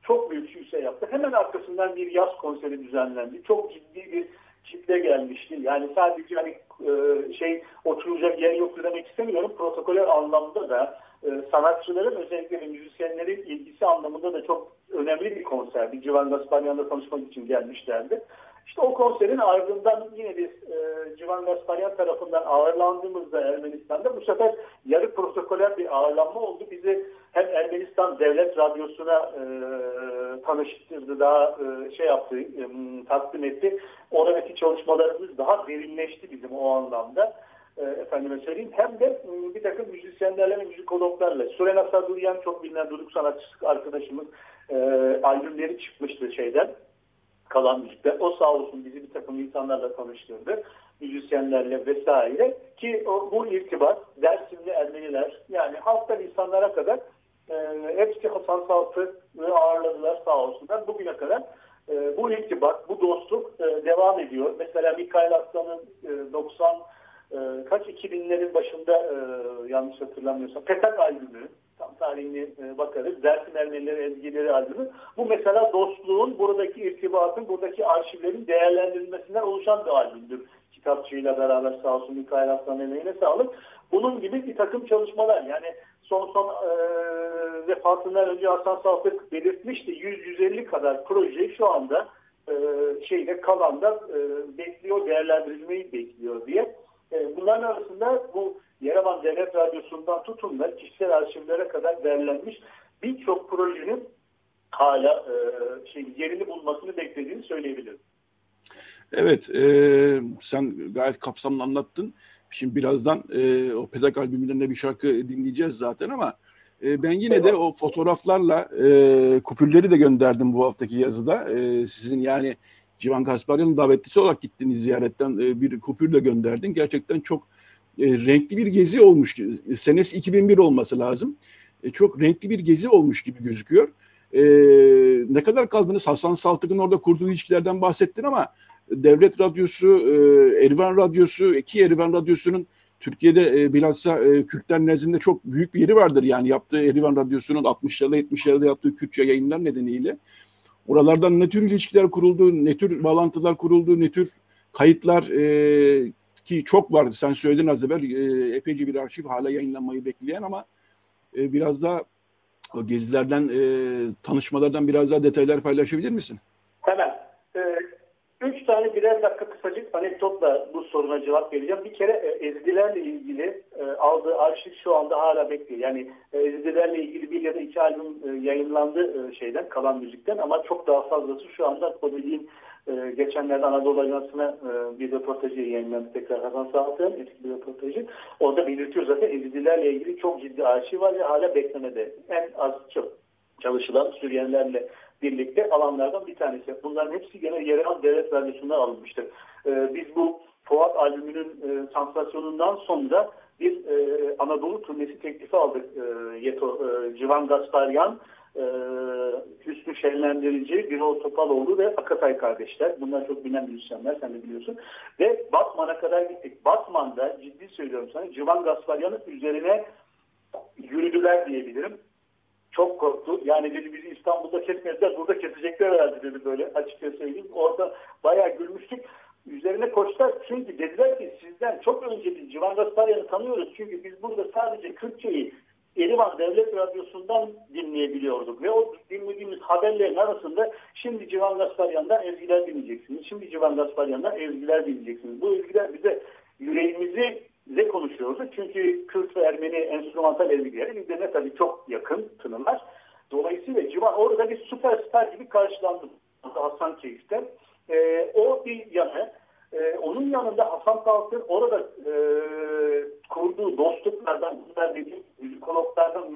çok büyük sükse yaptı. Hemen arkasından bir yaz konseri düzenlendi. Çok ciddi bir kitle gelmişti. Yani sadece hani oturacak yer yoktu demek istemiyorum. Protokoller anlamda da sanatçıların, özellikle müzisyenlerin ilgisi anlamında da çok önemli bir konserdi. Civan Gasparyan'la tanışmak için gelmişlerdi. İşte o konserin ardından yine biz Civan Gasparyan tarafından ağırlandığımızda Ermenistan'da bu sefer yarı protokoller bir ağırlanma oldu. Bizi hem Ermenistan Devlet Radyosu'na tanıştırdı, daha takdim etti. Oradaki çalışmalarımız daha derinleşti bizim o anlamda. Efendime söyleyeyim. Hem de bir takım müzisyenlerle ve müzikologlarla. Sürena Saduryan çok bilinen duduk sanatçısı arkadaşımız, albümleri çıkmıştı kalan müzikler. O sağ olsun bizi bir takım insanlarla tanıştırdı. Müzisyenlerle vesaire. Ki bu irtibat Dersimli Ermeniler, yani halktan insanlara kadar hepsi Hasan Salt'ı ağırladılar sağ olsunlar. Bugüne kadar bu irtibat, bu dostluk devam ediyor. Mesela Mikail Aslan'ın 2000'lerin başında yanlış hatırlamıyorsam Petak albümü, tam tarihini bakarız. Dersim Ermenileri Ezgileri albümü. Bu mesela dostluğun, buradaki irtibatın, buradaki arşivlerin değerlendirilmesinden oluşan bir albümdür. Kitapçığıyla beraber sağ olsun Mikail Aslan emeğine sağlık. Bunun gibi bir takım çalışmalar, yani son vefatından önce Hasan Saltık belirtmişti. 100-150 kadar proje şu anda kalanda bekliyor, değerlendirilmeyi bekliyor diye. Bunların arasında bu Yerevan Devlet Radyosu'ndan tutun da kişisel arşivlere kadar değerlenmiş birçok projenin hala yerini bulmasını beklediğini söyleyebilirim. Evet, sen gayet kapsamlı anlattın. Şimdi birazdan o Pedak albümünden de bir şarkı dinleyeceğiz zaten ama ben yine de o fotoğraflarla kupürleri de gönderdim bu haftaki yazıda. Sizin yani Civan Gasparyan'ın davetlisi olarak gittiğiniz ziyaretten bir kupür de gönderdin. Gerçekten çok renkli bir gezi olmuş. Senesi 2001 olması lazım. Çok renkli bir gezi olmuş gibi gözüküyor. Ne kadar kaldınız? Hasan Saltık'ın orada kurduğu ilişkilerden bahsettin ama Devlet Radyosu, Erivan Radyosu, Erivan Radyosu'nun Türkiye'de bilhassa Kürtler nezdinde çok büyük bir yeri vardır. Yani yaptığı Erivan Radyosu'nun 60'larda 70'lerde yaptığı Kürtçe yayınlar nedeniyle. Oralardan ne tür ilişkiler kuruldu, ne tür bağlantılar kuruldu, ne tür kayıtlar ki çok vardı. Sen söyledin az evvel epeyce bir arşiv hala yayınlanmayı bekleyen ama biraz daha o gezilerden, tanışmalardan biraz daha detaylar paylaşabilir misin? Hemen. 3 tane birer dakika kısacık anekdotla bu soruna cevap vereceğim. Bir kere Ezidilerle ilgili aldığı arşiv şu anda hala bekliyor. Yani Ezidilerle ilgili bir ya da 2 albüm yayınlandı kalan müzikten ama çok daha fazlası şu anda o dediğim geçenlerde Anadolu Ajansı'na bir röportajı yayınlandı tekrar Hasan Saltık'ın eski bir röportajı. Orada belirtiyor zaten Ezidilerle ilgili çok ciddi arşiv var ve hala beklemede. En az çok çalışılan Süryanilerle birlikte alanlardan bir tanesi. Bunların hepsi gene Yerevan Devlet Radyosu'ndan alınmıştır. Biz bu Fuat albümünün sansasyonundan sonra bir Anadolu turnesi teklifi aldık. Civan Gasparyan, Hüsnü Şenlendirici, Birol Topaloğlu ve Akatay kardeşler. Bunlar çok bilinen müzisyenler, sen de biliyorsun. Ve Batman'a kadar gittik. Batman'da ciddi söylüyorum sana Civan Gasparyan'ın üzerine yürüdüler diyebilirim. Çok korktu. Yani dedi bizi İstanbul'da kesmediler, burada kesecekler herhalde dedi böyle açıkça söyleyeyim. Orada bayağı gülmüştük. Üzerine koştular çünkü dediler ki sizden çok önce biz Civan Gasparyan'ı tanıyoruz. Çünkü biz burada sadece Kürtçeyi Erivan Devlet Radyosu'ndan dinleyebiliyorduk. Ve o dinlediğimiz haberlerin arasında şimdi Civan Gasparyan'dan ezgiler dinleyeceksiniz. Şimdi Civan Gasparyan'dan ezgiler dinleyeceksiniz. Bu ezgiler bize yüreğimizi konuşuyordu. Çünkü Kürt ve Ermeni enstrümantal ezgileri birbirine tabii çok yakın tınılar. Dolayısıyla Civan orada bir süperstar gibi karşılandı Hasan Keyif'ten. O bir yanı. Onun yanında Hasan Saltık'ın orada kurduğu dostluklardan, müzikologlardan,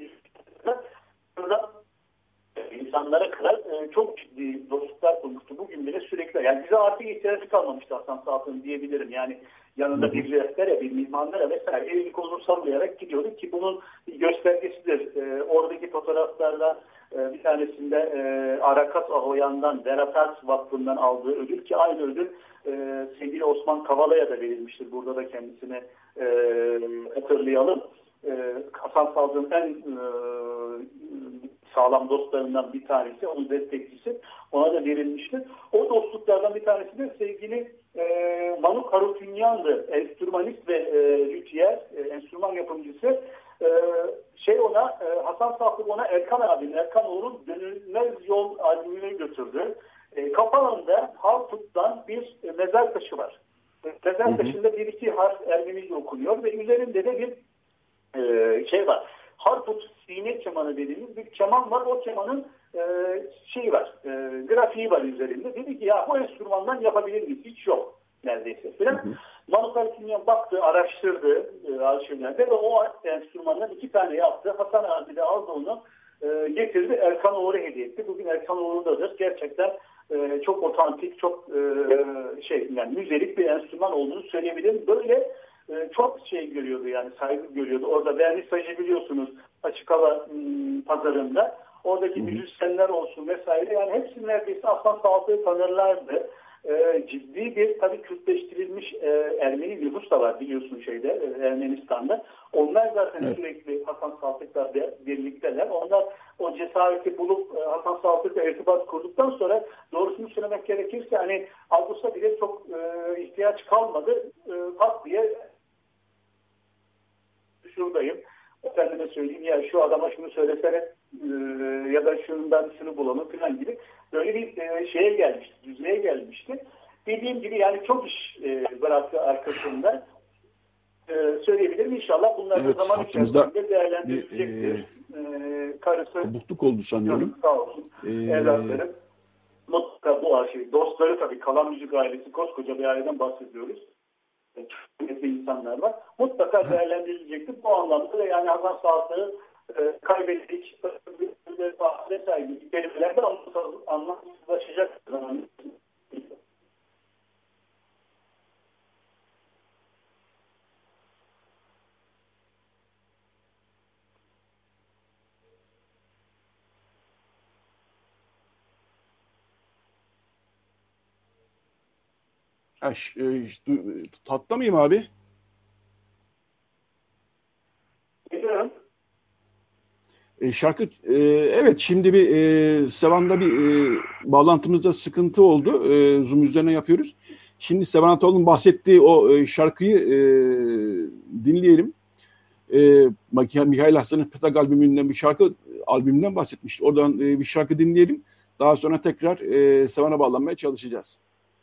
insanlara kadar çok ciddi dostluklar kurmuştu. Bugün bile sürekli, yani bize artık ihtiyacı kalmamıştı Hasan Saltık'ın diyebilirim. Yani yanında bir rehbere, bir mihmandara vesaire elini kolunu sallayarak gidiyorduk ki bunun göstergesidir. Oradaki fotoğraflardan bir tanesinde Arakat Ahoyan'dan, Veratas Vakfı'ndan aldığı ödül ki aynı ödül sevgili Osman Kavala'ya da verilmiştir. Burada da kendisine hatırlayalım. Hasan Saltık'ın en sağlam dostlarından bir tanesi, onun destekçisi. Ona da verilmiştir. O dostluklardan bir tanesi de sevgili Manu Karutunyan'dı. Enstrümanist ve lüthiyer, enstrüman yapımcısı. Hasan Saltık ona Erkan Oğur'un Dönülmez Yol albümünü götürdü. Kapağında Harput'tan bir mezar taşı var. Mezar taşında bir iki harf Ermenice okunuyor ve üzerinde de bir var. Harput sine kemanı dediğimiz bir keman var. O kemanın grafiği var üzerinde. Dedi ki ya bu enstrümandan yapabilir miyiz? Hiç yok neredeyse filan. Manu Karutunyan baktı, araştırdı arşivlerde ve o enstrümandan 2 tane yaptı. Hasan abi de aldı onu, getirdi, Erkan Oğur'a hediye etti. Bugün Erkan Oğur'dadır. Gerçekten çok otantik, çok müzelik bir enstrüman olduğunu söyleyebilirim. Böyle çok görüyordu, yani saygı görüyordu. Orada vernissajı biliyorsunuz, açık hava pazarında. Oradaki müzisyenler olsun vesaire, yani hepsi neredeyse Hasan Saltık'ı tanırlardı. Ciddi bir tabii Kürtleştirilmiş Ermeni nüfus da var biliyorsun Ermenistan'da. Onlar zaten sürekli Hasan Saltık'la birlikteler. Onlar o cesareti bulup Hasan Saltık'la irtibat kurduktan sonra doğrusunu söylemek gerekirse hani Ağustos'a bile çok ihtiyaç kalmadı. Pat diye şuradayım. Efendime söyleyeyim ya şu adama şunu söylesene ya da şundan şunu bulalım falan gibi böyle bir düzeye gelmişti. Dediğim gibi yani çok iş bıraktı arkasında. Söyleyebilirim. İnşallah bunlar da zaman içerisinde değerlendirilecektir. Karısı kopukluk oldu sanıyorum. Sağ olsun. Evlatları. Mutlaka bu arşiv. Dostları tabii. Kalan Müzik ailesi. Koskoca bir aileden bahsediyoruz. Çok insanlar var. Mutlaka değerlendirilecektir. Bu anlamda da yani Hasan Saltık'ı kaybettik. Vesaire kelimelerden anlamsızlaşacak. Hatta mıyım abi? Şarkı evet şimdi bir Sevan'da bir bağlantımızda sıkıntı oldu. Zoom üzerine yapıyoruz. Şimdi Sevan Ataoğlu'nun bahsettiği o şarkıyı dinleyelim. Mihail Hasan'ın Petag albümünden bir şarkı albümünden bahsetmişti. Oradan bir şarkı dinleyelim. Daha sonra tekrar Sevan'a bağlanmaya çalışacağız.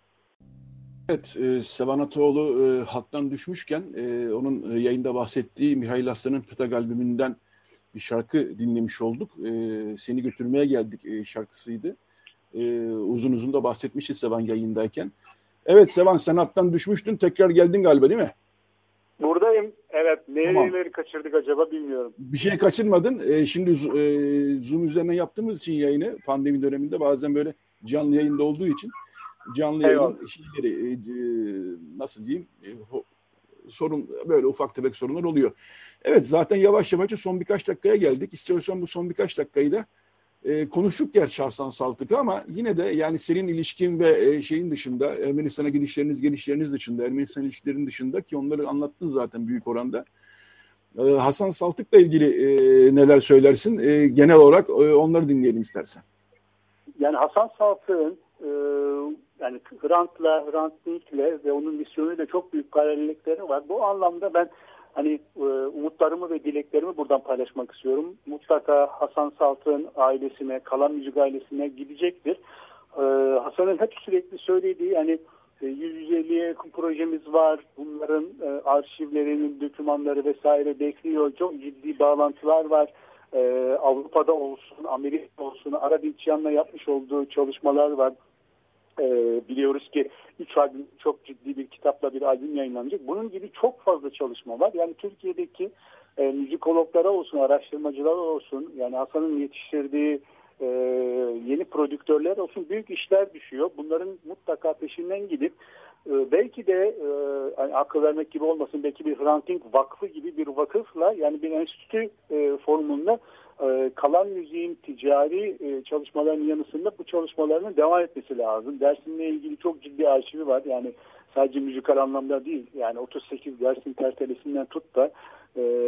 Evet, Sevan Ataoğlu hattan düşmüşken onun yayında bahsettiği Mihail Aslan'ın Petag albümünden bir şarkı dinlemiş olduk. Seni götürmeye geldik şarkısıydı. Uzun uzun da bahsetmişti Sevan yayındayken. Evet Sevan, sen hattan düşmüştün, tekrar geldin galiba değil mi? Buradayım. Evet. Nereleri Tamam. kaçırdık acaba bilmiyorum. Bir şey kaçırmadın. Şimdi Zoom üzerinden yaptığımız için yayını pandemi döneminde bazen böyle canlı yayında olduğu için canlı yayının şeyleri nasıl diyeyim sorun böyle ufak tefek sorunlar oluyor. Evet zaten yavaş yavaş son birkaç dakikaya geldik. İstiyorsan bu son birkaç dakikayı da konuştuk gerçi Hasan Saltık'ı ama yine de yani senin ilişkin ve şeyin dışında Ermenistan'a gelişleriniz dışında Ermenistan ilişkilerinin dışında ki onları anlattın zaten büyük oranda. Hasan Saltık'la ilgili neler söylersin? Genel olarak onları dinleyelim istersen. Yani Hasan Saltık'ın yani Hrant Dink'le ve onun misyonuyla çok büyük paralellikleri var. Bu anlamda ben hani umutlarımı ve dileklerimi buradan paylaşmak istiyorum. Mutlaka Hasan Saltık'ın ailesine, Kalan Müzik ailesine gidecektir. Hasan'ın hep sürekli söylediği yani 150'ye yakın projemiz var. Bunların arşivlerinin, dokümanları vesaire bekliyor. Çok ciddi bağlantılar var. Avrupa'da olsun, Amerika'da olsun, Arap İçyan'la yapmış olduğu çalışmalar var. Biliyoruz ki 3 albüm, çok ciddi bir kitapla bir albüm yayınlanacak. Bunun gibi çok fazla çalışma var. Yani Türkiye'deki müzikologlara olsun, araştırmacılar olsun, yani Hasan'ın yetiştirdiği yeni prodüktörler olsun büyük işler düşüyor. Bunların mutlaka peşinden gidip belki de hani akıl vermek gibi olmasın, belki bir Hrant Dink Vakfı gibi bir vakıfla yani bir enstitü formunda kalan müziğin ticari çalışmalarının yanısında bu çalışmalarının devam etmesi lazım. Dersim'le ilgili çok ciddi arşivi var. Yani sadece müzikal anlamda değil. Yani 38 Dersim tertelesinden tut da orada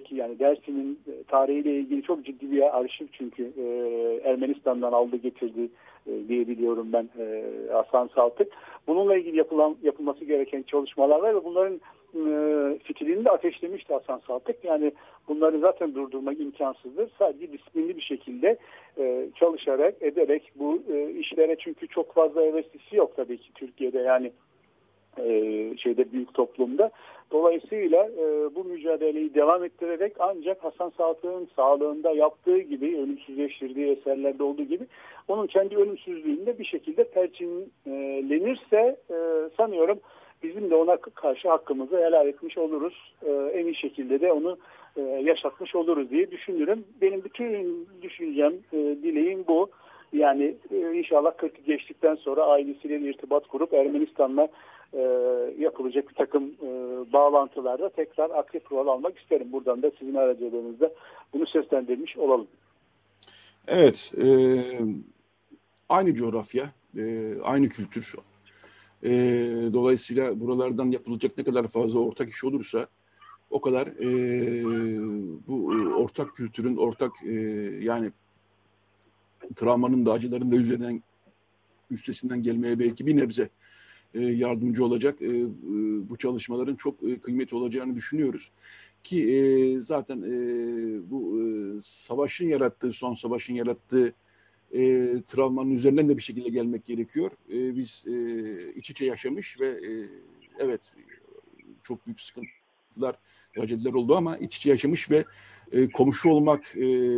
oradaki yani Dersim'in tarihiyle ilgili çok ciddi bir arşiv çünkü Ermenistan'dan aldı getirdi diye biliyorum ben Hasan Saltık. Bununla ilgili yapılması gereken çalışmalar var ve bunların fitilini de ateşlemişti Hasan Saltık. Yani bunları zaten durdurmak imkansızdır. Sadece disiplinli bir şekilde çalışarak, ederek bu işlere çünkü çok fazla heveslisi yok tabii ki Türkiye'de yani büyük toplumda. Dolayısıyla bu mücadeleyi devam ettirerek ancak Hasan Saltık'ın sağlığında yaptığı gibi ölümsüzleştirdiği eserlerde olduğu gibi onun kendi ölümsüzlüğünde bir şekilde perçinlenirse sanıyorum bizim de ona karşı hakkımızı helal etmiş oluruz. En iyi şekilde de onu yaşatmış oluruz diye düşünürüm. Benim bütün düşüncem, dileğim bu. Yani inşallah 40 geçtikten sonra ailesiyle irtibat kurup Ermenistan'la yapılacak bir takım bağlantılarda tekrar aktif rol almak isterim. Buradan da sizin aracılığınızda bunu seslendirmiş olalım. Evet, aynı coğrafya, aynı kültür. Dolayısıyla buralardan yapılacak ne kadar fazla ortak iş olursa o kadar bu ortak kültürün, ortak yani travmanın da acıların da üstesinden gelmeye belki bir nebze yardımcı olacak bu çalışmaların çok kıymetli olacağını düşünüyoruz. Ki zaten bu son savaşın yarattığı travmanın üzerinden de bir şekilde gelmek gerekiyor. Biz iç içe yaşamış ve evet çok büyük sıkıntılar, trajediler oldu ama iç içe yaşamış ve komşu olmak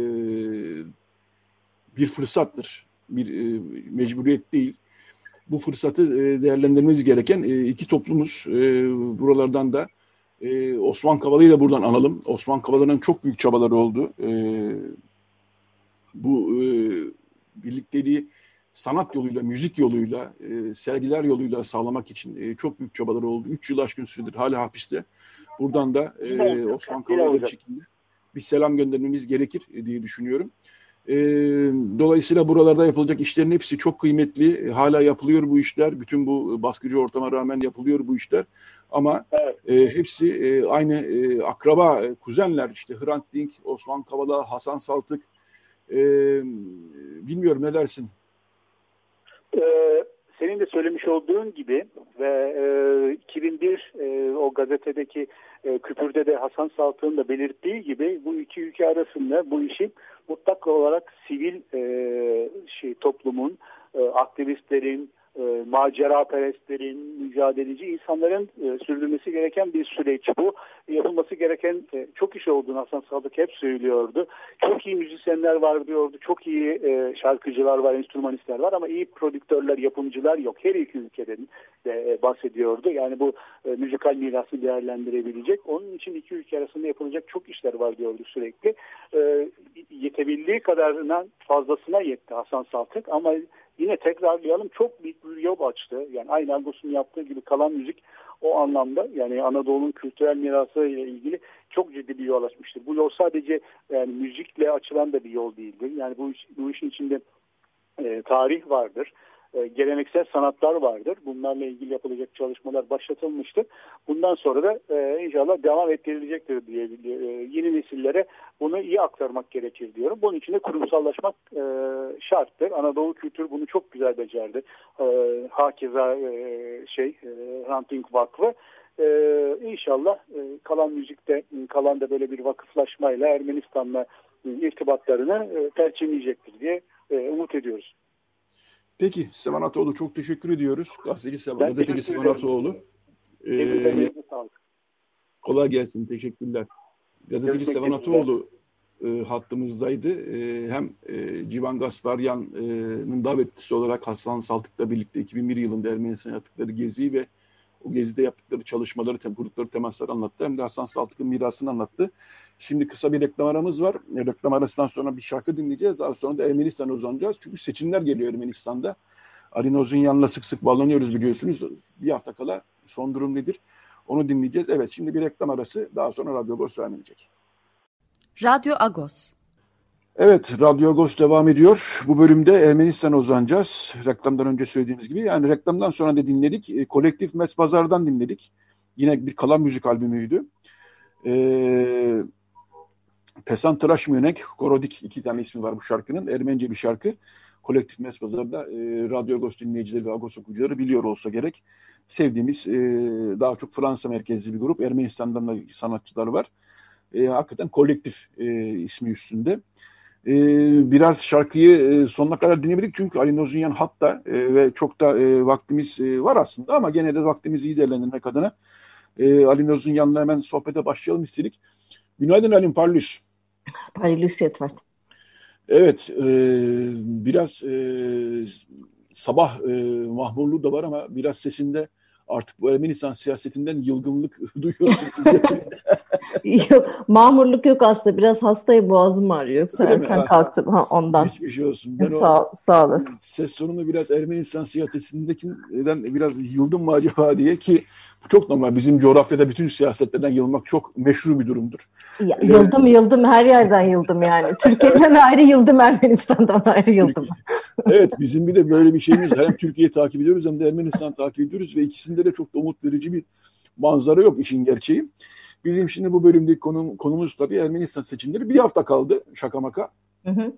bir fırsattır, bir mecburiyet değil. Bu fırsatı değerlendirmemiz gereken iki toplumuz. Buralardan da Osman Kavala'yı da buradan analım. Osman Kavala'nın çok büyük çabaları oldu. Bu birlikteliği sanat yoluyla, müzik yoluyla, sergiler yoluyla sağlamak için çok büyük çabaları oldu. 3 yıl aşkın süredir hala hapiste. Buradan da Osman Kavala'ya bir şekilde bir selam göndermemiz gerekir diye düşünüyorum. Dolayısıyla buralarda yapılacak işlerin hepsi çok kıymetli. Hala yapılıyor bu işler. Bütün bu baskıcı ortama rağmen yapılıyor bu işler. Ama hepsi aynı akraba, kuzenler. İşte Hrant Dink, Osman Kavala, Hasan Saltık. Bilmiyorum ne dersin? Senin de söylemiş olduğun gibi ve 2001 o gazetedeki küpürde de Hasan Saltık'ın da belirttiği gibi bu iki ülke arasında bu işi mutlak olarak sivil toplumun, aktivistlerin, maceraperestlerin, mücadeleci insanların sürdürmesi gereken bir süreç bu. Yapılması gereken çok iş olduğunu Hasan Saltık hep söylüyordu. Çok iyi müzisyenler var diyordu. Çok iyi şarkıcılar var, enstrümanistler var ama iyi prodüktörler, yapımcılar yok. Her iki ülkeden bahsediyordu. Yani bu müzikal mirası değerlendirebilecek. Onun için iki ülke arasında yapılacak çok işler var diyordu sürekli. Yetebildiği kadarından fazlasına yetti Hasan Saltık ama yine tekrarlayalım çok büyük bir yol açtı. Yani aynı Agos'un yaptığı gibi kalan müzik o anlamda yani Anadolu'nun kültürel mirası ile ilgili çok ciddi bir yol açmıştır. Bu yol sadece yani müzikle açılan da bir yol değildir. Yani bu işin içinde tarih vardır. Geleneksel sanatlar vardır. Bunlarla ilgili yapılacak çalışmalar başlatılmıştır. Bundan sonra da inşallah devam ettirilecektir diye yeni nesillere bunu iyi aktarmak gerekir diyorum. Bunun için de kurumsallaşmak şarttır. Anadolu kültürü bunu çok güzel becerdi. Hakeza Hrant Dink Vakfı. İnşallah kalan müzikte kalan da böyle bir vakıflaşmayla Ermenistan'la irtibatlarını perçinleyecektir diye umut ediyoruz. Peki Sevan Ataoğlu çok teşekkür ediyoruz. Gazeteci Sevan Ataoğlu. Kolay gelsin. Teşekkürler. Gazeteci Sevan Ataoğlu hattımızdaydı. Hem Civan Gasparyan'ın davetlisi olarak Hasan Saltık'la birlikte 2001 yılında Ermenistan'a yaptıkları geziyi ve o gezide yaptıkları çalışmaları, kurdukları temasları anlattı. Hem de Hasan Saltık'ın mirasını anlattı. Şimdi kısa bir reklam aramız var. Reklam arasından sonra bir şarkı dinleyeceğiz. Daha sonra da Ermenistan'a uzanacağız. Çünkü seçimler geliyor Ermenistan'da. Ali Nozunyan'la sık sık bağlanıyoruz biliyorsunuz. Bir hafta kala son durum nedir? Onu dinleyeceğiz. Evet şimdi bir reklam arası. Daha sonra Radyo Agos devam edecek. Radyo Agos. Evet, Radyo Agos devam ediyor. Bu bölümde Ermenistan'a uzanacağız. Reklamdan önce söylediğimiz gibi. Yani reklamdan sonra da dinledik. Kolektif Mespazar'dan dinledik. Yine bir kalan müzik albümüydü. Pesan Tıraş Münek, Korodik, 2 tane ismi var bu şarkının. Ermenice bir şarkı. Kolektif Mespazar'da Radyo Agos dinleyicileri ve Agos okuyucuları biliyor olsa gerek. Sevdiğimiz daha çok Fransa merkezli bir grup. Ermenistan'dan da sanatçılar var. Hakikaten kolektif ismi üstünde. Biraz şarkıyı sonuna kadar dinlemedik çünkü Ali Nozunyan hatta ve çok da vaktimiz var aslında ama gene de vaktimizi iyi değerlendirmek adına Ali Nozunyan'la hemen sohbete başlayalım istedik. Günaydın Alim Parlus. Parlus Yetvart. Evet, biraz sabah mahmurluğu da var ama biraz sesinde artık bu Ermenistan siyasetinden yılgınlık duyuyorsun. Yok, mahmurluk yok aslında. Biraz hastayım, boğazım ağrıyor. Yoksa Öyle erken mi? kalktım ondan. Hiçbir şey olsun. Ben Sağ olasın. Ses tonunu biraz Ermenistan siyasetindekinden biraz yıldım mı acaba diye ki bu çok normal. Bizim coğrafyada bütün siyasetlerden yılmak çok meşru bir durumdur. Ya, yıldım her yerden yıldım yani. Türkiye'den ayrı yıldım, Ermenistan'dan ayrı yıldım. Evet, bizim bir de böyle bir şeyimiz var. Hem Türkiye'yi takip ediyoruz hem de Ermenistan'ı takip ediyoruz ve ikisinde de çok da umut verici bir manzara yok işin gerçeği. Bizim şimdi bu bölümdeki konumuz tabii Ermenistan seçimleri. Bir hafta kaldı şaka maka. Hı hı.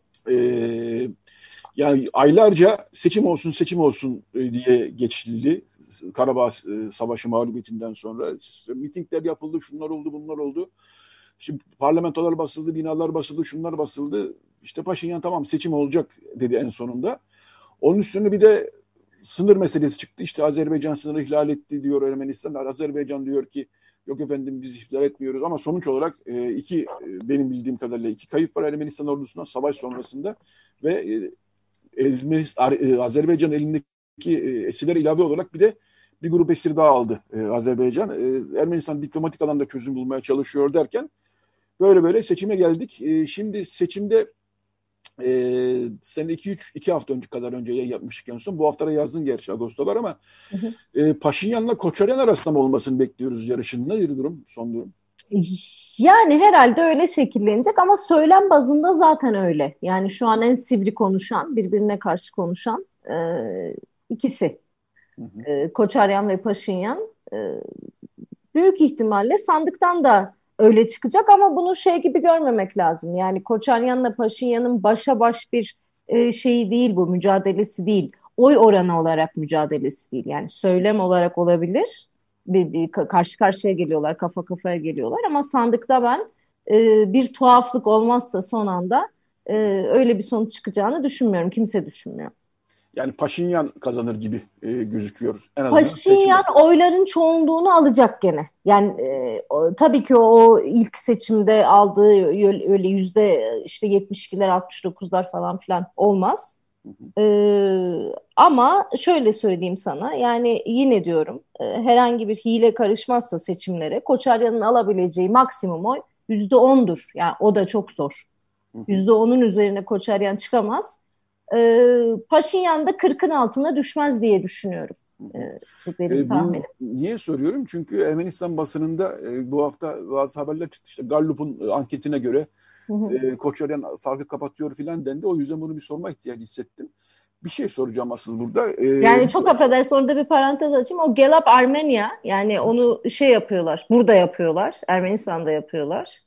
Yani aylarca seçim olsun diye geçildi. Karabağ Savaşı mağlubiyetinden sonra mitingler yapıldı, şunlar oldu, bunlar oldu. Şimdi parlamentolar basıldı, binalar basıldı, şunlar basıldı. İşte Paşinyan tamam seçim olacak dedi en sonunda. Onun üstüne bir de sınır meselesi çıktı. İşte Azerbaycan sınırı ihlal etti diyor Ermenistan. Azerbaycan diyor ki yok efendim biz ihlal etmiyoruz ama sonuç olarak benim bildiğim kadarıyla 2 kayıp var Ermenistan ordusundan savaş sonrasında ve Azerbaycan elindeki esirler ilave olarak bir de bir grup esir daha aldı Azerbaycan. Ermenistan diplomatik alanda çözüm bulmaya çalışıyor derken böyle seçime geldik. Şimdi seçimde sen 2 hafta kadar önce yayın yapmıştık en son. Bu hafta da yazdın gerçi Ağustos'ta var ama Paşinyan'la Koçaryan arasında mı olmasını bekliyoruz yarışın? Nedir durum, son durum? Yani herhalde öyle şekillenecek ama söylem bazında zaten öyle. Yani şu an en sivri konuşan, birbirine karşı konuşan ikisi. Koçaryan ve Paşinyan. Büyük ihtimalle sandıktan da öyle çıkacak ama bunu şey gibi görmemek lazım. Yani Koçaryan'la Paşinyan'ın başa baş bir şeyi değil bu, mücadelesi değil. Oy oranı olarak mücadelesi değil. Yani söylem olarak olabilir. Bir karşı karşıya geliyorlar, kafa kafaya geliyorlar ama sandıkta ben bir tuhaflık olmazsa son anda öyle bir sonuç çıkacağını düşünmüyorum. Kimse düşünmüyor. Yani Paşinyan kazanır gibi gözüküyor. En azından Paşinyan oyların çoğunluğunu alacak gene. Yani tabii ki o ilk seçimde aldığı öyle işte %72'ler 69'lar falan filan olmaz. Ama şöyle söyleyeyim sana, yani yine diyorum herhangi bir hile karışmazsa seçimlere Koçaryan'ın alabileceği maksimum oy %10'dur. Yani o da çok zor. %10'un üzerine Koçaryan çıkamaz. Paşinyan da 40'ın altına düşmez diye düşünüyorum. Bu benim tahminim. Niye soruyorum? Çünkü Ermenistan basınında bu hafta bazı haberler çıktı. İşte Gallup'un anketine göre Koçaryan farkı kapatıyor filan dendi. O yüzden bunu bir sorma ihtiyacı hissettim. Bir şey soracağım asıl burada. Yani çok affedersin, orada bir parantez açayım. O Gelap Armenya, yani onu şey yapıyorlar. Burada yapıyorlar. Ermenistan'da yapıyorlar.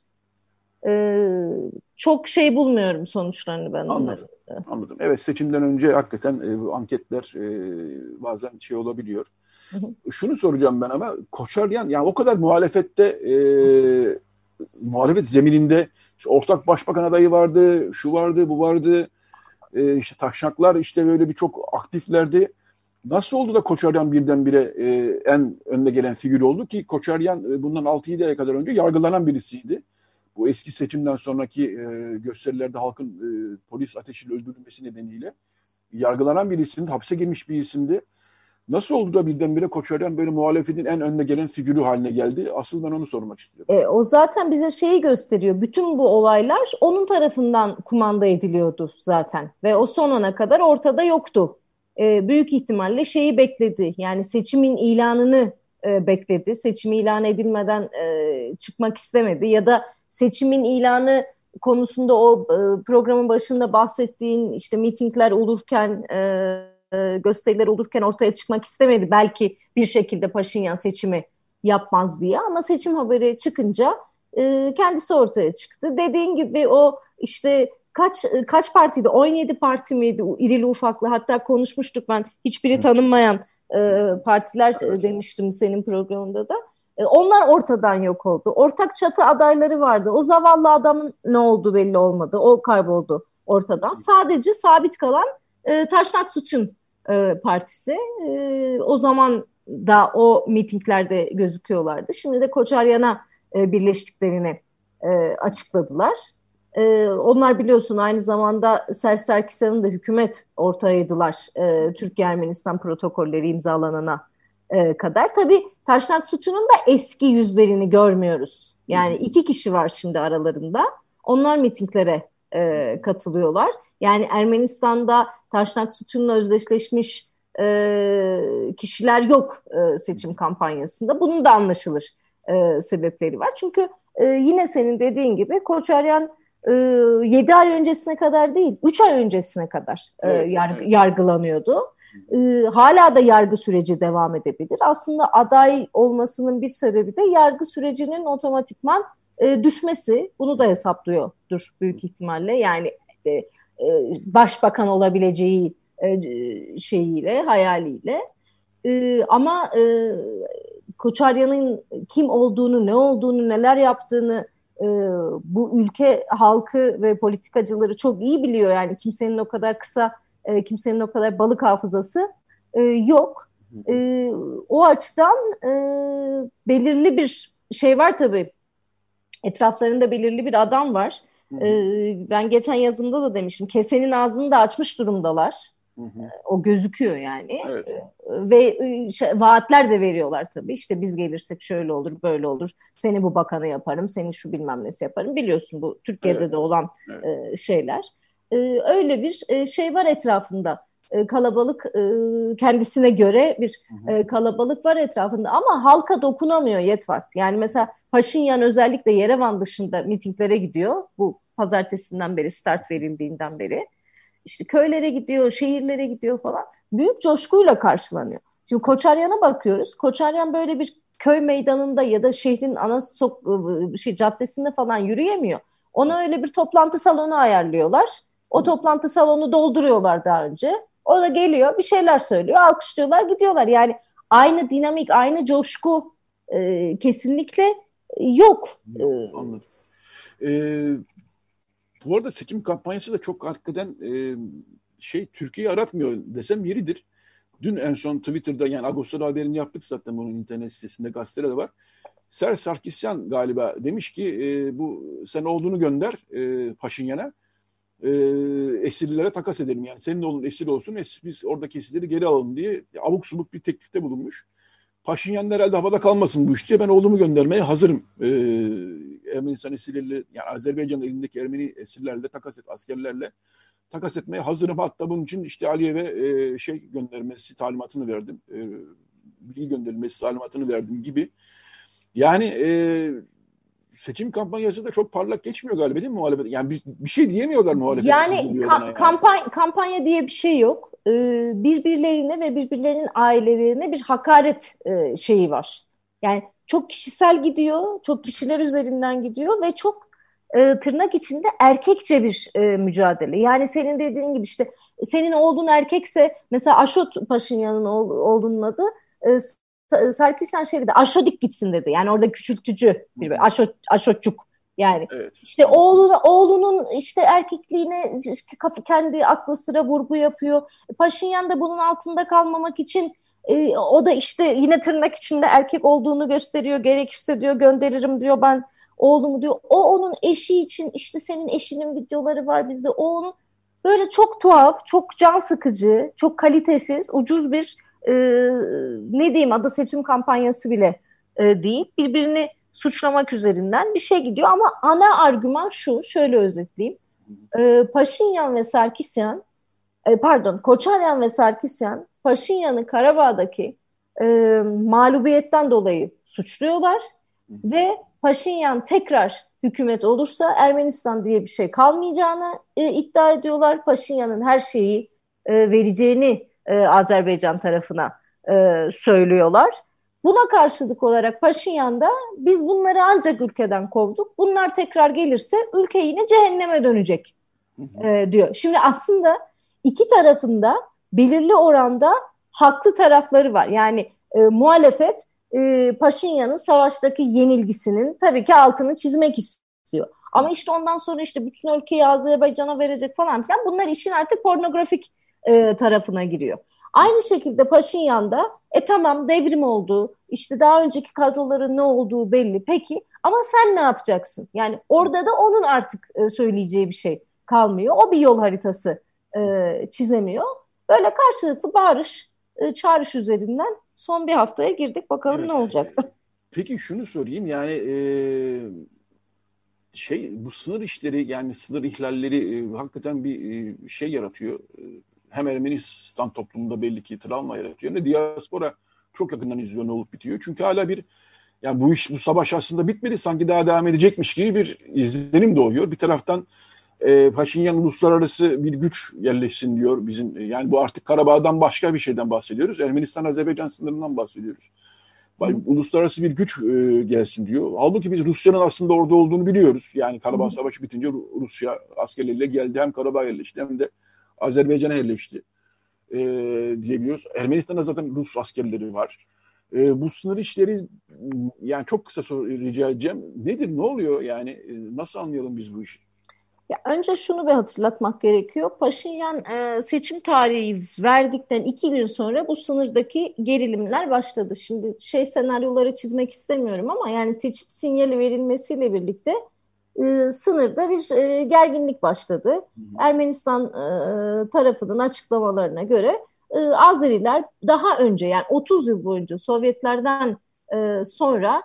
Çok şey bulmuyorum sonuçlarını ben onları. Anladım. Evet, seçimden önce hakikaten anketler bazen şey olabiliyor. Şunu soracağım ben ama Koçaryan yani o kadar muhalefette muhalefet zemininde işte ortak başbakan adayı vardı, şu vardı, bu vardı. İşte taşnaklar işte böyle birçok aktiflerdi. Nasıl oldu da Koçaryan birdenbire en önde gelen figür oldu ki Koçaryan bundan 6-7 ay kadar önce yargılanan birisiydi. Bu eski seçimden sonraki gösterilerde halkın polis ateşiyle öldürülmesi nedeniyle yargılanan bir isimdi, hapse girmiş bir isimdi. Nasıl oldu da birdenbire Koçaryan böyle muhalefetin en önde gelen figürü haline geldi? Asıl ben onu sormak istiyorum. O zaten bize şeyi gösteriyor. Bütün bu olaylar onun tarafından kumanda ediliyordu zaten. Ve o son ana kadar ortada yoktu. Büyük ihtimalle şeyi bekledi. Yani seçimin ilanını bekledi. Seçim ilan edilmeden çıkmak istemedi. Ya da seçimin ilanı konusunda o programın başında bahsettiğin işte mitingler olurken, gösteriler olurken ortaya çıkmak istemedi. Belki bir şekilde Paşinyan seçimi yapmaz diye, ama seçim haberi çıkınca kendisi ortaya çıktı. Dediğin gibi o işte kaç partiydi? 17 parti miydi? İrili ufaklı. Hatta konuşmuştuk, ben hiçbiri tanınmayan partiler demiştim senin programında da. Onlar ortadan yok oldu. Ortak çatı adayları vardı. O zavallı adamın ne olduğu belli olmadı. O kayboldu ortadan. Sadece sabit kalan Taşnak Sütun Partisi. O zaman da o mitinglerde gözüküyorlardı. Şimdi de Koçaryan'a birleştiklerini açıkladılar. Onlar biliyorsun aynı zamanda Serj Sarkisyan'ın da hükümet ortağıydılar Türkiye-Ermenistan protokolleri imzalanana kadar. Tabii Taşnak Sütun'un da eski yüzlerini görmüyoruz. Yani 2 kişi var şimdi aralarında. Onlar mitinglere katılıyorlar. Yani Ermenistan'da Taşnak Sütun'la özdeşleşmiş kişiler yok seçim kampanyasında. Bunun da anlaşılır sebepleri var. Çünkü yine senin dediğin gibi Koçaryan 7 ay öncesine kadar değil, 3 ay öncesine kadar yargılanıyordu. Hala da yargı süreci devam edebilir. Aslında aday olmasının bir sebebi de yargı sürecinin otomatikman düşmesi. Bunu da hesaplıyordur büyük ihtimalle. Yani başbakan olabileceği şeyiyle, hayaliyle. Ama Koçaryan'ın kim olduğunu, ne olduğunu, neler yaptığını bu ülke halkı ve politikacıları çok iyi biliyor. Yani kimsenin o kadar kimsenin o kadar balık hafızası yok. O açıdan belirli bir şey var tabii. Etraflarında belirli bir adam var. Ben geçen yazımda da demiştim. Kesenin ağzını da açmış durumdalar. O gözüküyor yani. Evet. Ve vaatler de veriyorlar tabii. İşte biz gelirsek şöyle olur, böyle olur. Seni bu bakanı yaparım, seni şu bilmem nesi yaparım. Biliyorsun bu Türkiye'de de olan şeyler. Öyle bir şey var etrafında. Kalabalık, kendisine göre bir kalabalık var etrafında. Ama halka dokunamıyor Yetvart. Yani mesela Paşinyan özellikle Yerevan dışında mitinglere gidiyor. Bu pazartesinden beri, start verildiğinden beri. İşte köylere gidiyor, şehirlere gidiyor falan. Büyük coşkuyla karşılanıyor. Şimdi Koçaryan'a bakıyoruz. Koçaryan böyle bir köy meydanında ya da şehrin ana caddesinde falan yürüyemiyor. Ona öyle bir toplantı salonu ayarlıyorlar. O toplantı salonu dolduruyorlar daha önce. O da geliyor, bir şeyler söylüyor, alkışlıyorlar, gidiyorlar. Yani aynı dinamik, aynı coşku kesinlikle yok. Anladım. Bu arada seçim kampanyası da çok hakikaten Türkiye'yi aratmıyor desem yeridir. Dün en son Twitter'da, yani Ağustos'ta haberini yaptık zaten, bunun internet sitesinde, gazetelerde var. Serj Sarkisyan galiba demiş ki bu sen olduğunu gönder Paşinyan'a, esirlilere takas edelim. Yani senin oğlun esir olsun, biz oradaki esirleri geri alalım diye abuk subuk bir teklifte bulunmuş. Paşinyan herhalde havada kalmasın bu iş diye, ben oğlumu göndermeye hazırım. Ermenistan esirleriyle, yani Azerbaycan'ın elindeki Ermeni esirlerle askerlerle takas etmeye hazırım. Hatta bunun için işte Aliyev'e göndermesi talimatını verdim. Bilgi gönderilmesi talimatını verdim gibi. Yani seçim kampanyası da çok parlak geçmiyor galiba, değil mi muhalefet? Yani bir şey diyemiyorlar muhalefet. Yani kampanya diye bir şey yok. Birbirlerine ve birbirlerinin ailelerine bir hakaret şeyi var. Yani çok kişisel gidiyor, çok kişiler üzerinden gidiyor ve çok tırnak içinde erkekçe bir mücadele. Yani senin dediğin gibi işte senin oğlun erkekse, mesela Aşot Paşinyan'ın oğlunun adı Sarkisyan dedi, Aşodik gitsin dedi. Yani orada küçültücü bir Aşotçuk. Yani işte oğlunun işte erkekliğine kendi aklı sıra vurgu yapıyor. Paşinyan da bunun altında kalmamak için o da işte yine tırnak içinde erkek olduğunu gösteriyor. Gerekirse diyor gönderirim diyor ben oğlumu diyor. O onun eşi için işte senin eşinin videoları var bizde. O onun böyle çok tuhaf, çok can sıkıcı, çok kalitesiz, ucuz bir ne diyeyim adı seçim kampanyası bile değil. Birbirini suçlamak üzerinden bir şey gidiyor ama ana argüman şu, şöyle özetleyeyim. Paşinyan ve Sarkisyan, Koçaryan ve Sarkisyan, Paşinyan'ı Karabağ'daki mağlubiyetten dolayı suçluyorlar ve Paşinyan tekrar hükümet olursa Ermenistan diye bir şey kalmayacağını iddia ediyorlar. Paşinyan'ın her şeyi vereceğini Azerbaycan tarafına söylüyorlar. Buna karşılık olarak Paşinyan da biz bunları ancak ülkeden kovduk. Bunlar tekrar gelirse ülke yine cehenneme dönecek diyor. Şimdi aslında iki tarafında belirli oranda haklı tarafları var. Yani muhalefet Paşinyan'ın savaştaki yenilgisinin tabii ki altını çizmek istiyor. Ama işte ondan sonra işte bütün ülkeyi Azerbaycan'a verecek falan filan, bunlar işin artık pornografik tarafına giriyor. Aynı şekilde Paşinyan da tamam devrim oldu, işte daha önceki kadroların ne olduğu belli, peki ama sen ne yapacaksın? Yani orada da onun artık söyleyeceği bir şey kalmıyor. O bir yol haritası çizemiyor. Böyle karşılıklı bağırış, çağrış üzerinden son bir haftaya girdik. Bakalım ne olacak? Peki şunu sorayım, yani bu sınır işleri, yani sınır ihlalleri hakikaten bir şey yaratıyor. Hem Ermenistan toplumunda belli ki travma yaratıyor. Hem de diaspora çok yakından izliyor ne olup bitiyor. Çünkü hala yani bu savaş aslında bitmedi, sanki daha devam edecekmiş gibi bir izlenim doğuyor. Bir taraftan Paşinyan uluslararası bir güç yerleşsin diyor bizim. Yani bu artık Karabağ'dan başka bir şeyden bahsediyoruz. Ermenistan-Azerbaycan sınırından bahsediyoruz. Uluslararası bir güç gelsin diyor. Halbuki biz Rusya'nın aslında orada olduğunu biliyoruz. Yani Karabağ Savaşı bitince Rusya askerleriyle geldi, hem Karabağ'a yerleşti hem de Azerbaycan'a yerleşti diyebiliyoruz. Ermenistan'da zaten Rus askerleri var. Bu sınır işleri, yani çok kısa rica edeceğim. Nedir, ne oluyor yani? Nasıl anlayalım biz bu işi? Ya önce şunu bir hatırlatmak gerekiyor. Paşinyan seçim tarihi verdikten 2 gün sonra bu sınırdaki gerilimler başladı. Şimdi senaryoları çizmek istemiyorum ama yani seçim sinyali verilmesiyle birlikte sınırda bir gerginlik başladı. Ermenistan tarafının açıklamalarına göre Azeriler daha önce, yani 30 yıl boyunca Sovyetlerden sonra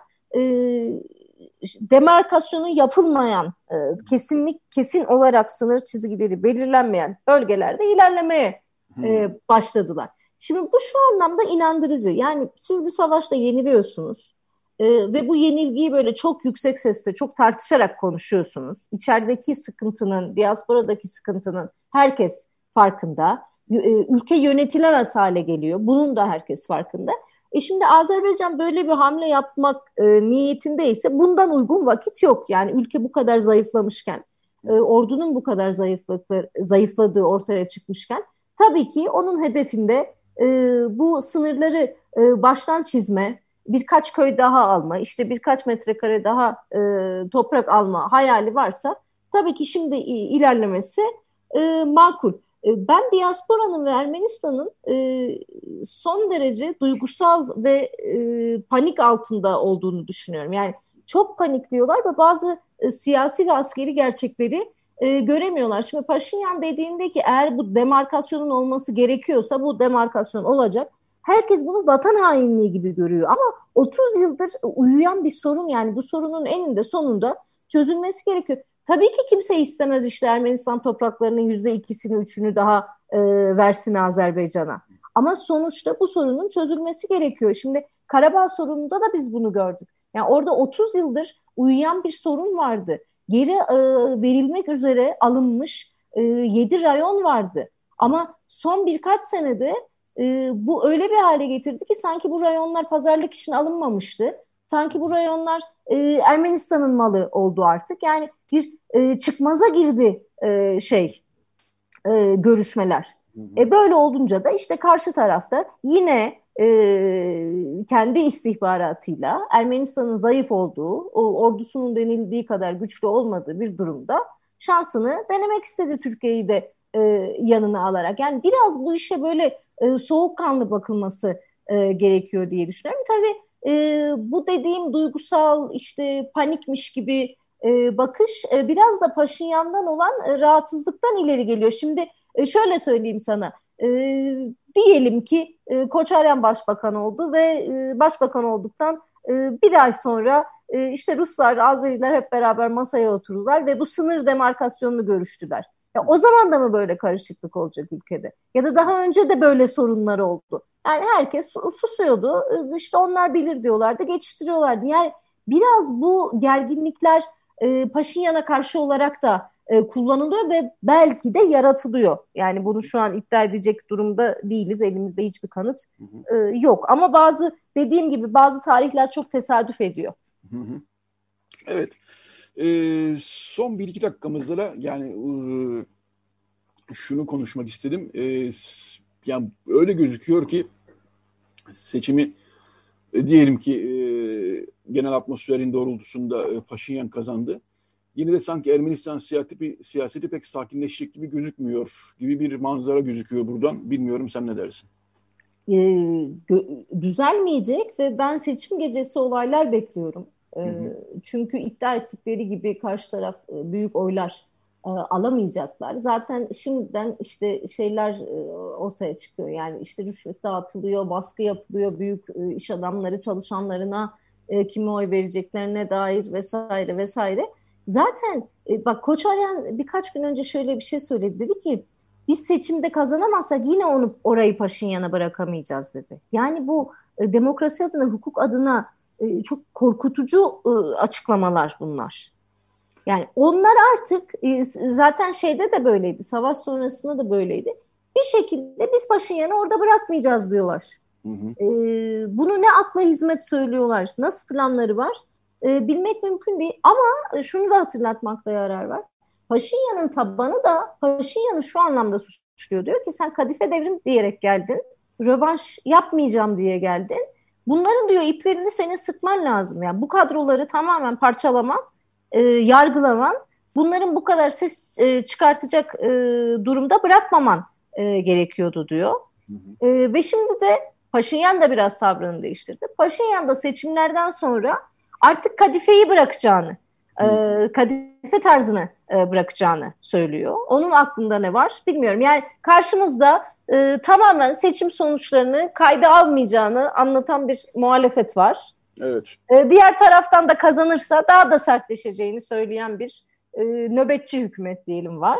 demarkasyonu yapılmayan, kesin olarak sınır çizgileri belirlenmeyen bölgelerde ilerlemeye başladılar. Şimdi bu şu anlamda inandırıcı. Yani siz bir savaşta yeniliyorsunuz ve bu yenilgiyi böyle çok yüksek sesle, çok tartışarak konuşuyorsunuz. İçerideki sıkıntının, diasporadaki sıkıntının herkes farkında. Ülke yönetilemez hale geliyor. Bunun da herkes farkında. Şimdi Azerbaycan böyle bir hamle yapmak niyetindeyse bundan uygun vakit yok. Yani ülke bu kadar zayıflamışken, ordunun bu kadar zayıfladığı ortaya çıkmışken, tabii ki onun hedefinde bu sınırları baştan çizme, birkaç köy daha alma, işte birkaç metrekare daha toprak alma hayali varsa tabii ki şimdi ilerlemesi makul. Ben diasporanın ve Ermenistan'ın son derece duygusal ve panik altında olduğunu düşünüyorum. Yani çok panikliyorlar ve bazı siyasi ve askeri gerçekleri göremiyorlar. Şimdi Paşinyan dediğinde ki eğer bu demarkasyonun olması gerekiyorsa bu demarkasyon olacak. Herkes bunu vatan hainliği gibi görüyor ama 30 yıldır uyuyan bir sorun, yani bu sorunun eninde sonunda çözülmesi gerekiyor. Tabii ki kimse istemez işte Ermenistan topraklarının %2'sini, 3'ünü daha versin Azerbaycan'a. Ama sonuçta bu sorunun çözülmesi gerekiyor. Şimdi Karabağ sorununda da biz bunu gördük. Yani orada 30 yıldır uyuyan bir sorun vardı. Geri verilmek üzere alınmış 7 rayon vardı. Ama son birkaç senede bu öyle bir hale getirdi ki sanki bu rayonlar pazarlık için alınmamıştı. Sanki bu rayonlar Ermenistan'ın malı oldu artık. Yani bir çıkmaza girdi görüşmeler. Böyle olunca da işte karşı tarafta yine kendi istihbaratıyla Ermenistan'ın zayıf olduğu, ordusunun denildiği kadar güçlü olmadığı bir durumda şansını denemek istedi, Türkiye'yi de yanına alarak. Yani biraz bu işe böyle soğukkanlı bakılması gerekiyor diye düşünüyorum. Tabii bu dediğim duygusal, işte panikmiş gibi bakış biraz da Paşinyan'dan olan rahatsızlıktan ileri geliyor. Şimdi şöyle söyleyeyim sana, diyelim ki Koçaryan başbakan oldu ve başbakan olduktan bir ay sonra işte Ruslar, Azeriler hep beraber masaya oturdular ve bu sınır demarkasyonunu görüştüler. Ya o zaman da mı böyle karışıklık olacak ülkede? Ya da daha önce de böyle sorunlar oldu. Yani herkes susuyordu. İşte onlar bilir diyorlardı, geçiştiriyorlardı. Yani biraz bu gerginlikler Paşinyan'a karşı olarak da kullanılıyor ve belki de yaratılıyor. Yani bunu şu an iddia edecek durumda değiliz. Elimizde hiçbir kanıt yok. Ama dediğim gibi bazı tarihler çok tesadüf ediyor. Evet. Son 1-2 dakikamızda da yani şunu konuşmak istedim. Yani öyle gözüküyor ki seçimi diyelim ki genel atmosferin doğrultusunda Paşinyan kazandı. Yine de sanki Ermenistan siyaseti pek sakinleşecek gibi gözükmüyor gibi bir manzara gözüküyor buradan. Bilmiyorum, sen ne dersin? Düzelmeyecek ve ben seçim gecesi olaylar bekliyorum. Çünkü iddia ettikleri gibi karşı taraf büyük oylar alamayacaklar. Zaten şimdiden işte şeyler ortaya çıkıyor. Yani işte rüşvet dağıtılıyor, baskı yapılıyor, büyük iş adamları çalışanlarına kime oy vereceklerine dair vesaire vesaire. Zaten bak Koçaryan birkaç gün önce şöyle bir şey söyledi. Dedi ki biz seçimde kazanamazsak yine orayı Paşinyan'a bırakamayacağız dedi. Yani bu demokrasi adına, hukuk adına çok korkutucu açıklamalar bunlar. Yani onlar artık zaten şeyde de böyleydi, savaş sonrasında da böyleydi. Bir şekilde biz Paşinyan'ı orada bırakmayacağız diyorlar. Bunu ne akla hizmet söylüyorlar, nasıl planları var bilmek mümkün değil. Ama şunu da hatırlatmakta yarar var. Paşinyan'ın tabanı da Paşinyan'ı şu anlamda suçluyor. Diyor ki sen kadife devrim diyerek geldin, rövanş yapmayacağım diye geldin. Bunların diyor iplerini senin sıkman lazım. Yani bu kadroları tamamen parçalaman, yargılaman, bunların bu kadar ses çıkartacak durumda bırakmaman gerekiyordu diyor. Ve şimdi de Paşinyan da biraz tavrını değiştirdi. Paşinyan da seçimlerden sonra artık kadifeyi bırakacağını, kadife tarzını bırakacağını söylüyor. Onun aklında ne var bilmiyorum. Yani karşımızda tamamen seçim sonuçlarını kayda almayacağını anlatan bir muhalefet var. Evet. Diğer taraftan da kazanırsa daha da sertleşeceğini söyleyen bir nöbetçi hükümet diyelim var.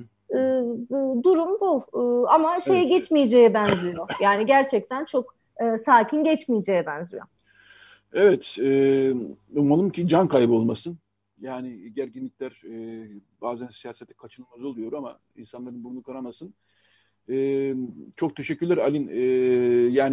Durum bu. Ama şeye geçmeyeceğe benziyor. Yani gerçekten çok sakin geçmeyeceğe benziyor. Evet. Umalım ki can kaybı olmasın. Yani gerginlikler bazen siyasete kaçınılmaz oluyor ama insanların burnu kanamasın. Çok teşekkürler Alin. Yani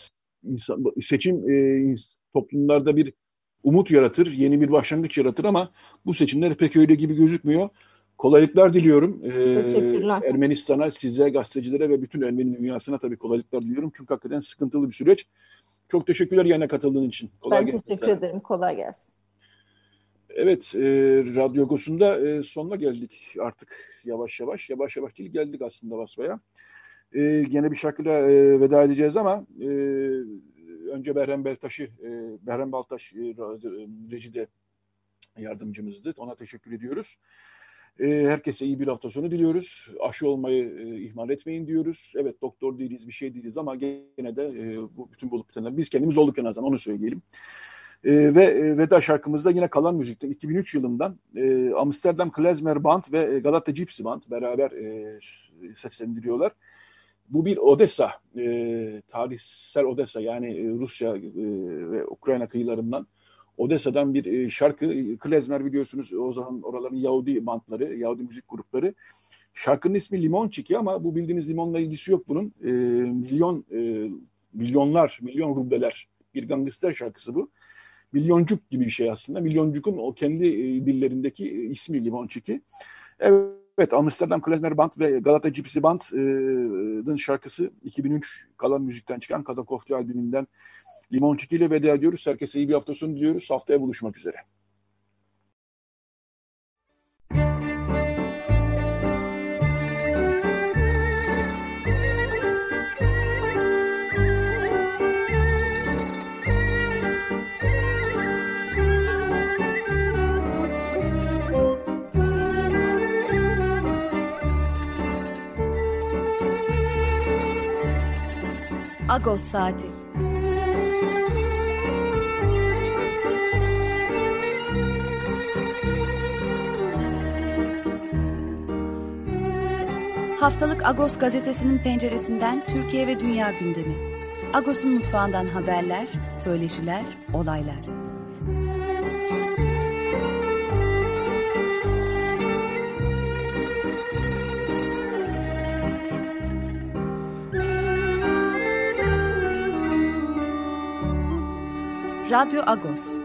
seçim toplumlarda bir umut yaratır, yeni bir başlangıç yaratır ama bu seçimler pek öyle gibi gözükmüyor. Kolaylıklar diliyorum. Teşekkürler. Ermenistan'a, size, gazetecilere ve bütün Ermeni dünyasına tabii kolaylıklar diliyorum. Çünkü hakikaten sıkıntılı bir süreç. Çok teşekkürler yayına katıldığın için. Kolay gelsin. Ben teşekkür ederim. Kolay gelsin. Evet, Radyo Agos'unda sonuna geldik artık yavaş yavaş. Yavaş yavaş değil, geldik aslında basbaya. Gene bir şarkıyla veda edeceğiz ama önce Behrem Baltaş rejide yardımcımızdı. Ona teşekkür ediyoruz. Herkese iyi bir hafta sonu diliyoruz. Aşı olmayı ihmal etmeyin diyoruz. Evet, doktor değiliz, bir şey değiliz ama gene de bu bütün bulup bitenler biz kendimiz olduk en azından, onu söyleyelim. Ve veda şarkımızda yine kalan müzikten 2003 yılından Amsterdam Klezmer Band ve Galata Gypsy Band beraber seslendiriyorlar. Bu bir Odessa, tarihsel Odessa, yani Rusya ve Ukrayna kıyılarından Odessa'dan bir şarkı. Klezmer biliyorsunuz o zaman oraların Yahudi bandları, Yahudi müzik grupları. Şarkının ismi Limonçiki ama bu bildiğiniz limonla ilgisi yok bunun. Milyon rubleler bir gangster şarkısı bu. Milyoncuk gibi bir şey aslında. Milyoncuk'un o kendi dillerindeki ismi Limonçiki. Evet, Amsterdam Klezmer Band ve Galata Gypsy Band'ın şarkısı 2003 kalan müzikten çıkan Kadakofti albümünden Limonçiki ile veda ediyoruz. Herkese iyi bir hafta sonu diliyoruz. Haftaya buluşmak üzere. Agos Saati. Haftalık Agos gazetesinin penceresinden Türkiye ve dünya gündemi. Agos'un mutfağından haberler, söyleşiler, olaylar. Radyo Agos.